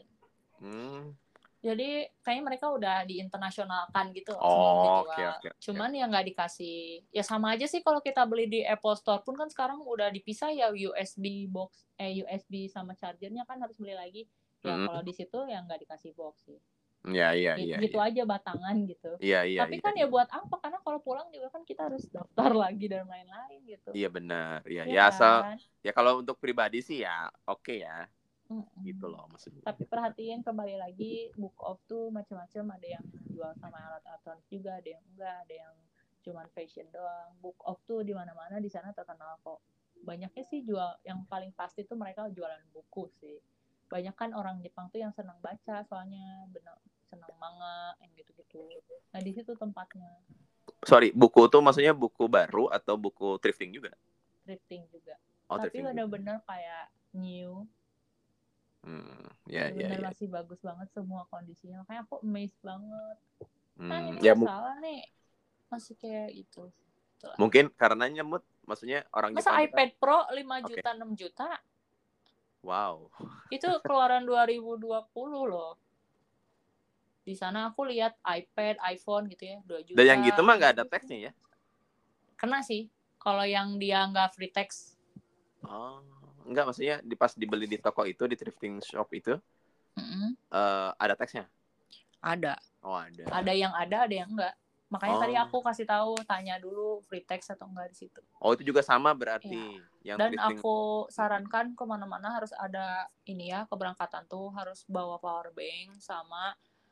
Speaker 2: Jadi kayaknya mereka udah diinternasionalkan gitu sebelum dijual. Cuman ya nggak dikasih. Ya sama aja sih kalau kita beli di Apple Store pun kan sekarang udah dipisah ya, USB box, USB sama chargernya kan harus beli lagi. Ya kalau di situ ya nggak dikasih box sih.
Speaker 1: Iya.
Speaker 2: Gitu aja batangan gitu.
Speaker 1: Iya.
Speaker 2: Tapi kan ya buat apa? Karena kalau pulang juga kan kita harus daftar lagi dan lain-lain gitu.
Speaker 1: Iya benar. Iya
Speaker 2: Ya
Speaker 1: ya asal
Speaker 2: kan?
Speaker 1: ya kalau untuk pribadi sih ya oke ya. Gitu loh maksudnya.
Speaker 2: Tapi perhatiin kembali lagi book off tuh macam-macam, ada yang jual sama alat elektronik juga, ada yang enggak, ada yang cuman fashion doang. Book off tuh di mana-mana di sana terkenal kok. Banyaknya sih jual, yang paling pasti tuh mereka jualan buku sih. Banyak kan orang Jepang tuh yang senang baca, soalnya senang manga yang gitu-gitu. Nah di situ tempatnya.
Speaker 1: Sorry, buku tuh maksudnya buku baru atau buku thrifting juga?
Speaker 2: Thrifting juga.
Speaker 1: Oh,
Speaker 2: tapi
Speaker 1: thrifting
Speaker 2: bener-bener kayak new.
Speaker 1: Ya.
Speaker 2: Bener masih bagus banget semua kondisinya. Makanya aku amazed banget. Nah ini
Speaker 1: Ya,
Speaker 2: salah nih. Masih kayak gitu. Itulah.
Speaker 1: Mungkin karena nyemut, maksudnya orang
Speaker 2: Masa
Speaker 1: Jepang
Speaker 2: iPad
Speaker 1: kita...
Speaker 2: Pro 5 juta, 6 juta?
Speaker 1: Wow.
Speaker 2: Itu keluaran 2020 loh. Di sana aku lihat iPad, iPhone gitu ya, 2 juta.
Speaker 1: Dan yang gitu mah nggak ada teksnya ya?
Speaker 2: Kena sih. Kalau yang dia nggak free text.
Speaker 1: Oh, enggak, maksudnya pas dibeli di toko itu, di thrifting shop itu, ada teksnya?
Speaker 2: Ada.
Speaker 1: Oh, ada.
Speaker 2: Ada yang enggak. Makanya tadi aku kasih tahu, tanya dulu free text atau enggak di situ.
Speaker 1: Oh, itu juga sama berarti.
Speaker 2: Ya. Dan thrifting... aku sarankan kemana-mana harus ada ini ya, keberangkatan tuh harus bawa power bank sama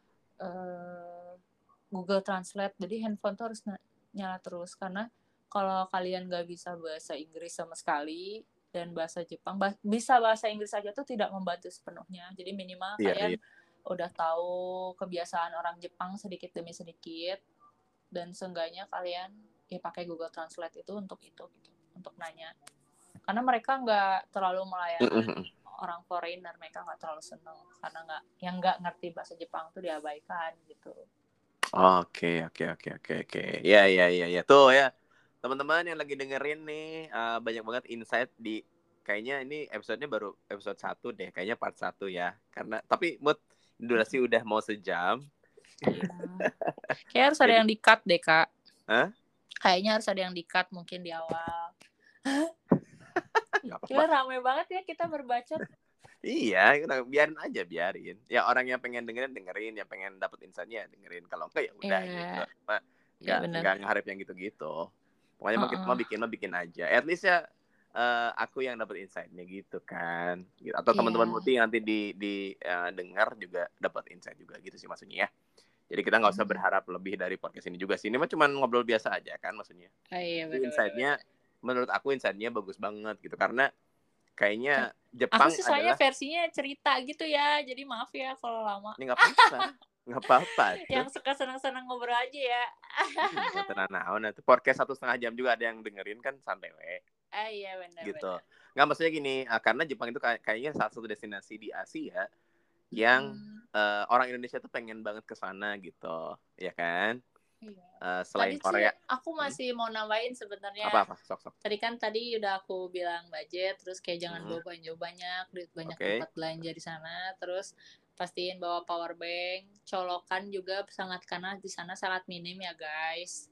Speaker 2: Google Translate. Jadi handphone tuh harus nyala terus, karena kalau kalian nggak bisa bahasa Inggris sama sekali dan bahasa Jepang, bisa bahasa Inggris aja tuh tidak membantu sepenuhnya. Jadi minimal kalian udah tahu kebiasaan orang Jepang sedikit demi sedikit, dan seenggaknya kalian ya pakai Google Translate itu untuk untuk nanya. Karena mereka nggak terlalu melayani orang foreigner, mereka nggak terlalu seneng karena nggak ngerti bahasa Jepang tuh diabaikan gitu.
Speaker 1: Oke. Ya. Tuh ya, teman-teman yang lagi dengerin nih, banyak banget insight di... Kayaknya ini episode-nya baru episode 1 deh, kayaknya part 1 ya. Karena tapi durasi udah mau sejam.
Speaker 2: Iya. Kayak harus ada yang di-cut deh, Kak.
Speaker 1: Hah?
Speaker 2: Kayaknya harus ada yang di-cut mungkin di awal. Cuma rame banget ya kita berbacot.
Speaker 1: Iya, biarin. Ya orang yang pengen dengerin, yang pengen dapet insight-nya dengerin. Kalau enggak ya udah gitu. Enggak ngeharap yang gitu-gitu. Pokoknya kita bikin aja. At least ya aku yang dapet insight-nya gitu kan. Atau teman-teman Muti nanti di dengar juga dapat insight juga gitu sih maksudnya ya. Jadi kita nggak usah berharap lebih dari podcast ini juga sih. Ini mah cuma ngobrol biasa aja kan maksudnya.
Speaker 2: Iya,
Speaker 1: Insight-nya menurut aku insight-nya bagus banget gitu, karena kayaknya Jepang
Speaker 2: aku sih soalnya versinya cerita gitu ya, jadi maaf ya kalau lama.
Speaker 1: Ini nggak apa-apa.
Speaker 2: Yang suka senang-senang ngobrol aja ya.
Speaker 1: Tenang, podcast 1,5 jam juga ada yang dengerin kan, santai we.
Speaker 2: Iya benar.
Speaker 1: Gitu. Nggak, maksudnya gini, karena Jepang itu kayaknya salah satu destinasi di Asia yang orang Indonesia tuh pengen banget ke sana gitu, ya kan? Selain
Speaker 2: tadi
Speaker 1: Korea.
Speaker 2: Sih, aku masih mau nambahin sebenarnya.
Speaker 1: Apa? Sok.
Speaker 2: Tadi udah aku bilang budget, terus kayak jangan bawa baju banyak, banyak tempat belanja di sana, terus pastiin bawa power bank, colokan juga sangat, karena di sana sangat minim ya guys.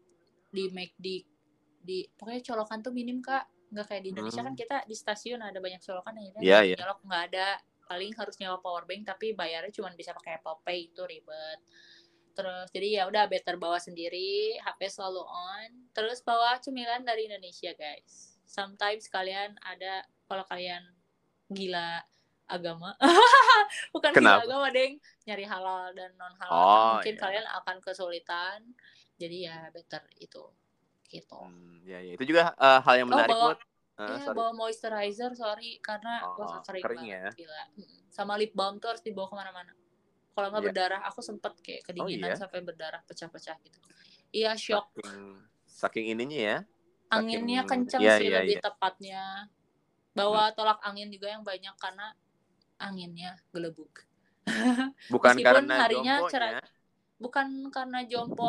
Speaker 2: Pokoknya colokan tuh minim Kak, nggak kayak di Indonesia kan kita di stasiun ada banyak colokan akhirnya nyolok nggak ada, paling harus nyewa power bank tapi bayarnya cuma bisa pakai Apple Pay, itu ribet. Terus jadi ya udah better bawa sendiri, HP selalu on, terus bawa cemilan dari Indonesia guys. Sometimes kalian ada, kalau kalian gila agama bukan gila agama deng, nyari halal dan non halal mungkin kalian akan kesulitan, jadi ya better itu gitu.
Speaker 1: Itu juga hal yang menarik buat
Speaker 2: bawa moisturizer karena kering banget gila. Sama lip balm tuh harus dibawa kemana-mana. Kalau nggak berdarah, aku sempet kayak kedinginan sampai berdarah pecah-pecah gitu. Iya, shock.
Speaker 1: Saking ininya ya.
Speaker 2: Anginnya kenceng sih lebih tepatnya. Bawa tolak angin juga yang banyak karena anginnya gelebuk.
Speaker 1: Bukan
Speaker 2: meskipun
Speaker 1: karena
Speaker 2: harinya
Speaker 1: cerah.
Speaker 2: Bukan karena jompo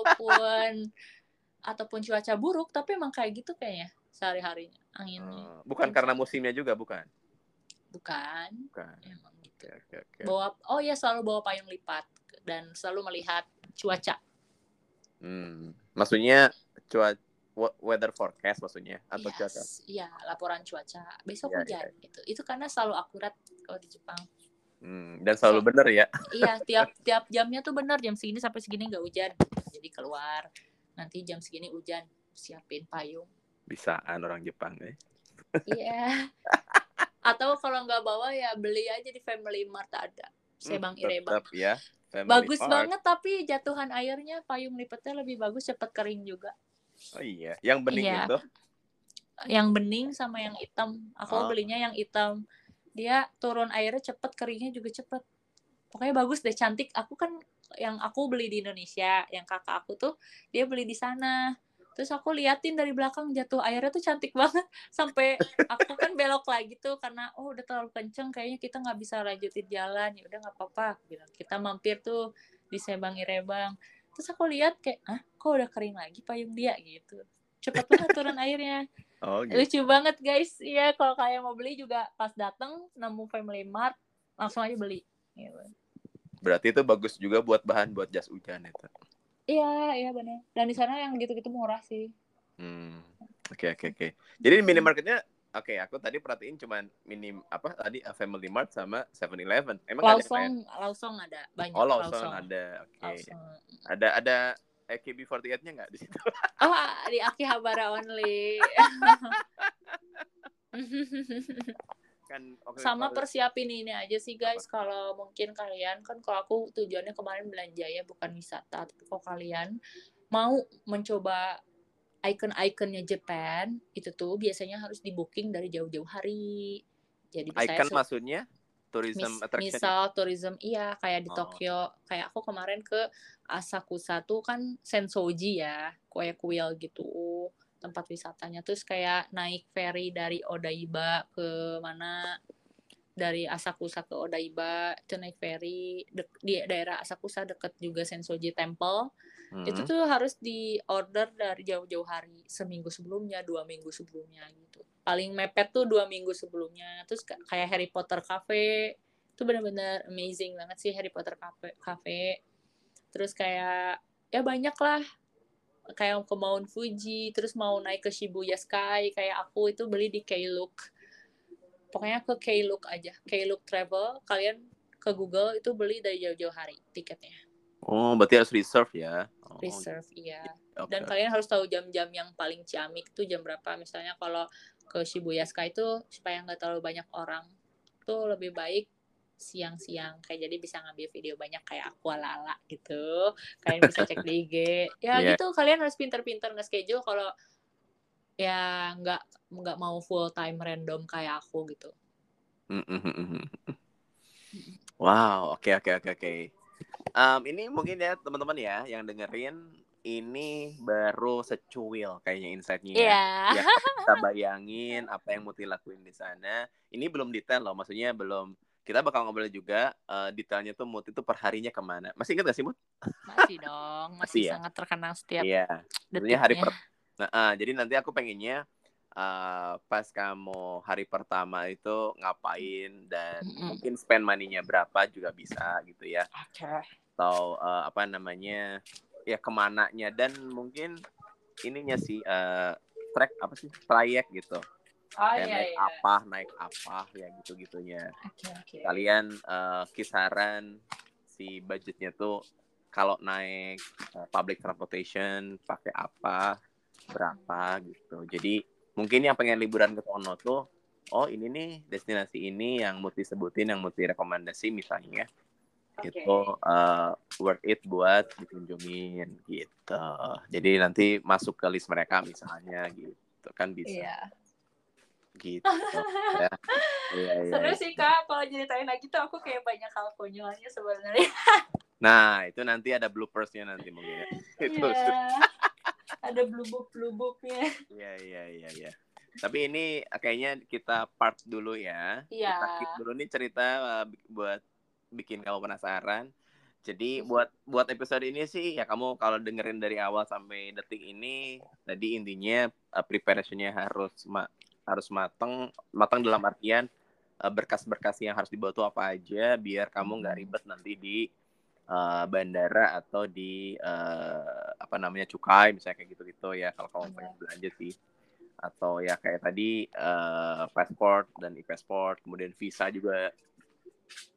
Speaker 2: ataupun cuaca buruk, tapi emang kayak gitu kayaknya sehari-harinya anginnya.
Speaker 1: Bukan karena musimnya juga, bukan.
Speaker 2: Emang gitu. Okay. Selalu bawa payung lipat dan selalu melihat cuaca.
Speaker 1: Maksudnya weather forecast maksudnya atau cuaca?
Speaker 2: Iya, laporan cuaca. Besok hujan gitu. Itu karena selalu akurat kalau di Jepang.
Speaker 1: Dan selalu bener ya.
Speaker 2: Iya, tiap jamnya tuh bener, jam segini sampai segini nggak hujan. Jadi keluar. Nanti jam segini hujan, siapin payung.
Speaker 1: Bisaan orang Jepang ya.
Speaker 2: Iya. Atau kalau nggak bawa ya beli aja di Family Mart ada. Sebang Irebang.
Speaker 1: Ya.
Speaker 2: Bagus banget tapi jatuhan airnya, payung lipatnya lebih bagus, cepet kering juga.
Speaker 1: Oh iya, yang bening itu?
Speaker 2: Yang bening sama yang hitam. Aku belinya yang hitam. Dia turun airnya cepet, keringnya juga cepet. Pokoknya bagus deh, cantik. Aku kan yang aku beli di Indonesia, yang kakak aku tuh dia beli di sana. Terus aku liatin dari belakang jatuh airnya tuh cantik banget. Sampai aku kan belok lagi tuh karena udah terlalu kenceng, kayaknya kita nggak bisa lanjutin jalan. Ya udah nggak apa-apa, bilang kita mampir tuh di Sebang Irebang. Terus aku lihat kayak, kok udah kering lagi payung dia gitu. Cepet banget turun airnya. Gitu. Lucu banget guys. Iya, kalau kalian mau beli juga pas dateng nemu Family Mart langsung aja beli. Gitu.
Speaker 1: Berarti itu bagus juga buat bahan buat jas hujan itu.
Speaker 2: Iya benar. Dan di sana yang gitu-gitu murah sih.
Speaker 1: Oke. Jadi minimarketnya aku tadi perhatiin cuman Family Mart sama 7-Eleven. Emang
Speaker 2: Lawson ada banyak.
Speaker 1: Oh, Lawson ada. Oke. Ada AKB48-nya nggak di situ?
Speaker 2: Oh, di Akihabara only. Sama persiapin ini aja sih guys. Kalau mungkin kalian kan, kalau aku tujuannya kemarin belanja ya, bukan wisata. Tapi kalau kalian mau mencoba icon-iconnya Japan, itu tuh biasanya harus di booking dari jauh-jauh hari. Jadi
Speaker 1: icon maksudnya tourism attraction.
Speaker 2: Misal tourism, iya, kayak di Tokyo. Kayak aku kemarin ke Asakusa tuh kan Sensoji ya, kayak kuil gitu tempat wisatanya. Terus kayak naik ferry dari Odaiba ke mana, dari Asakusa ke Odaiba itu naik ferry. Di daerah Asakusa deket juga Sensoji Temple. Itu tuh harus di order dari jauh-jauh hari, seminggu sebelumnya, 2 minggu sebelumnya gitu. Paling mepet tuh 2 minggu sebelumnya. Terus kayak Harry Potter Cafe itu benar-benar amazing banget sih, Harry Potter Cafe. Terus kayak ya banyak lah, kayak ke Mount Fuji, terus mau naik ke Shibuya Sky, kayak aku itu beli di Klook. Pokoknya ke Klook aja, Klook Travel, kalian ke Google itu beli dari jauh-jauh hari tiketnya.
Speaker 1: Oh, berarti harus reserve ya?
Speaker 2: Reserve, iya. Dan kalian harus tahu jam-jam yang paling ciamik tuh jam berapa. Misalnya kalau ke Shibuya Sky itu supaya nggak terlalu banyak orang, tuh lebih baik siang-siang. Kayak jadi bisa ngambil video banyak kayak aku ala-ala gitu. Kalian bisa cek di IG. Ya gitu, kalian harus pinter-pinter nge-schedule kalau ya nggak mau full time random kayak aku gitu.
Speaker 1: Wow, oke. Ini mungkin ya teman-teman ya yang dengerin, ini baru secuil kayaknya insight-nya ya. Ya kita bayangin apa yang Muti lakuin di sana. Ini belum detail loh, maksudnya belum. Kita bakal ngobrol juga detailnya tuh Muti tuh perharinya kemana. Masih ingat gak sih Mut?
Speaker 2: Masih dong, masih ya? Sangat terkenal setiap detiknya.
Speaker 1: Jadi nanti aku pengennya pas kamu hari pertama itu ngapain dan mungkin spend money-nya berapa juga bisa gitu ya. Atau ya kemananya, dan mungkin ininya sih trayek gitu. Naik apa ya gitu-gitunya. Kalian kisaran si budgetnya tuh kalau naik public transportation pakai apa, berapa gitu. Jadi mungkin yang pengen liburan ke sono tuh, ini nih destinasi ini yang Muti sebutin, yang Muti rekomendasi misalnya, itu worth it buat dikunjungin gitu. Jadi nanti masuk ke list mereka misalnya gitu kan bisa. Gitu ya.
Speaker 2: Seru sih Kak, kalau ceritain lagi tuh aku kayak banyak hal konyolnya sebenarnya.
Speaker 1: Nah itu nanti ada bloopersnya nanti mungkin ya.
Speaker 2: Ada blubub-blububnya.
Speaker 1: Iya. Tapi ini kayaknya kita part dulu ya. Kita keep dulu nih cerita buat bikin kamu penasaran. Jadi buat episode ini sih ya, kamu kalau dengerin dari awal sampai detik ini, tadi intinya preparationnya harus matang dalam artian berkas-berkas yang harus dibawa tuh apa aja, biar kamu nggak ribet nanti di bandara atau di cukai misalnya kayak gitu ya, kalau kamu pengen belanja sih. Atau ya kayak tadi passport dan e-passport, kemudian visa juga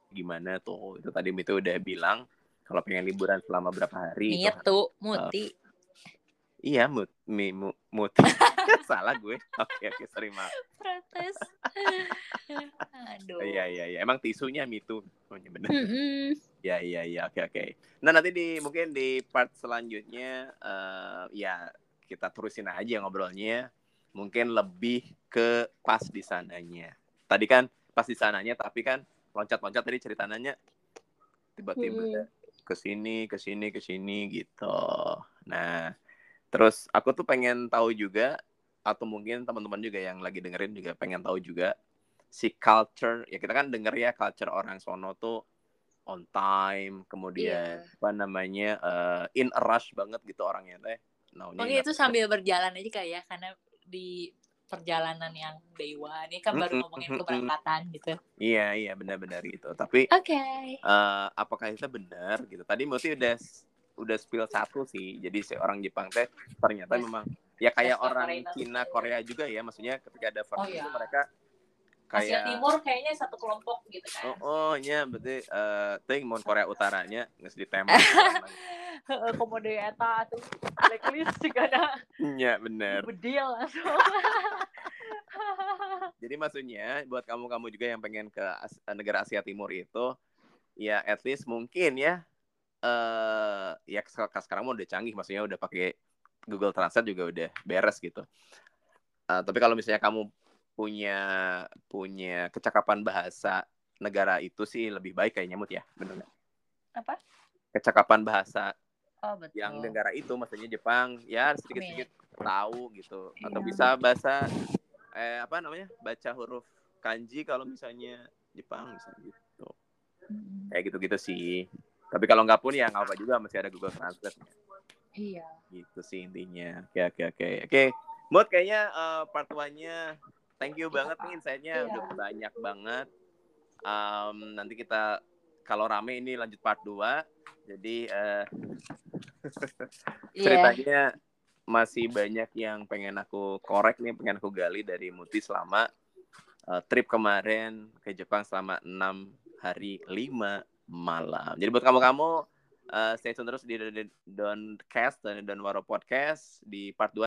Speaker 1: gimana tuh. Itu tadi Mitu udah bilang kalau pengen liburan selama berapa hari
Speaker 2: Mitu, Muti.
Speaker 1: Iya, Muti. Salah gue. Oke, sorry, maaf.
Speaker 2: Protes. Aduh.
Speaker 1: Iya. Emang tisunya Mitu. Oh, iya bener. Iya. Oke. Nah, nanti mungkin di part selanjutnya ya kita terusin aja ngobrolnya. Mungkin lebih ke pas di sananya. Tadi kan pas di sananya, tapi kan loncat-loncat tadi ceritanya tiba-tiba ke sini gitu. Nah, terus aku tuh pengen tahu juga, atau mungkin teman-teman juga yang lagi dengerin juga pengen tahu juga si culture, ya kita kan denger ya culture orang sono tuh on time, kemudian apa namanya in a rush banget gitu orangnya teh.
Speaker 2: Oke, itu sambil berjalan aja kali ya, karena di perjalanan yang day one ini kan baru ngomongin keberangkatan gitu.
Speaker 1: Iya benar-benar gitu. Tapi apakah itu benar gitu? Tadi Muti udah spill satu sih. Jadi si orang Jepang teh ternyata memang ya kayak orang Cina, Korea juga ya. Maksudnya ketika ada first itu mereka kayak
Speaker 2: Asia Timur kayaknya satu kelompok gitu kan.
Speaker 1: Nya berarti ting mau Korea Utaranya geus ditembak.
Speaker 2: Komodo eta tuh blacklist juga ada.
Speaker 1: Iya, benar.
Speaker 2: Bedil langsung.
Speaker 1: Jadi maksudnya buat kamu juga yang pengen ke negara Asia Timur itu, ya at least mungkin ya ya sekarang mau udah canggih, maksudnya udah pakai Google Translate juga udah beres gitu. Tapi kalau misalnya kamu punya kecakapan bahasa negara itu sih lebih baik kayaknya Mut ya, bener nggak?
Speaker 2: Apa?
Speaker 1: Kecakapan bahasa
Speaker 2: betul.
Speaker 1: yang negara itu, maksudnya Jepang, ya sedikit-sedikit tahu gitu, atau bisa bahasa apa namanya, baca huruf kanji kalau misalnya Jepang misalnya gitu. Kayak gitu-gitu sih. Tapi kalau nggak pun ya nggak apa juga, masih ada Google Translate.
Speaker 2: Iya.
Speaker 1: Gitu sih intinya. Oke. Mut, kayaknya part 1-nya thank you banget nih, insight-nya udah banyak banget. Nanti kita kalau rame ini lanjut part 2. Jadi ceritanya masih banyak yang pengen aku korek nih, pengen aku gali dari Muti selama trip kemarin ke Jepang selama 6 hari 5 malam. Jadi buat kamu stay tune terus di Don Waro Podcast di part 2.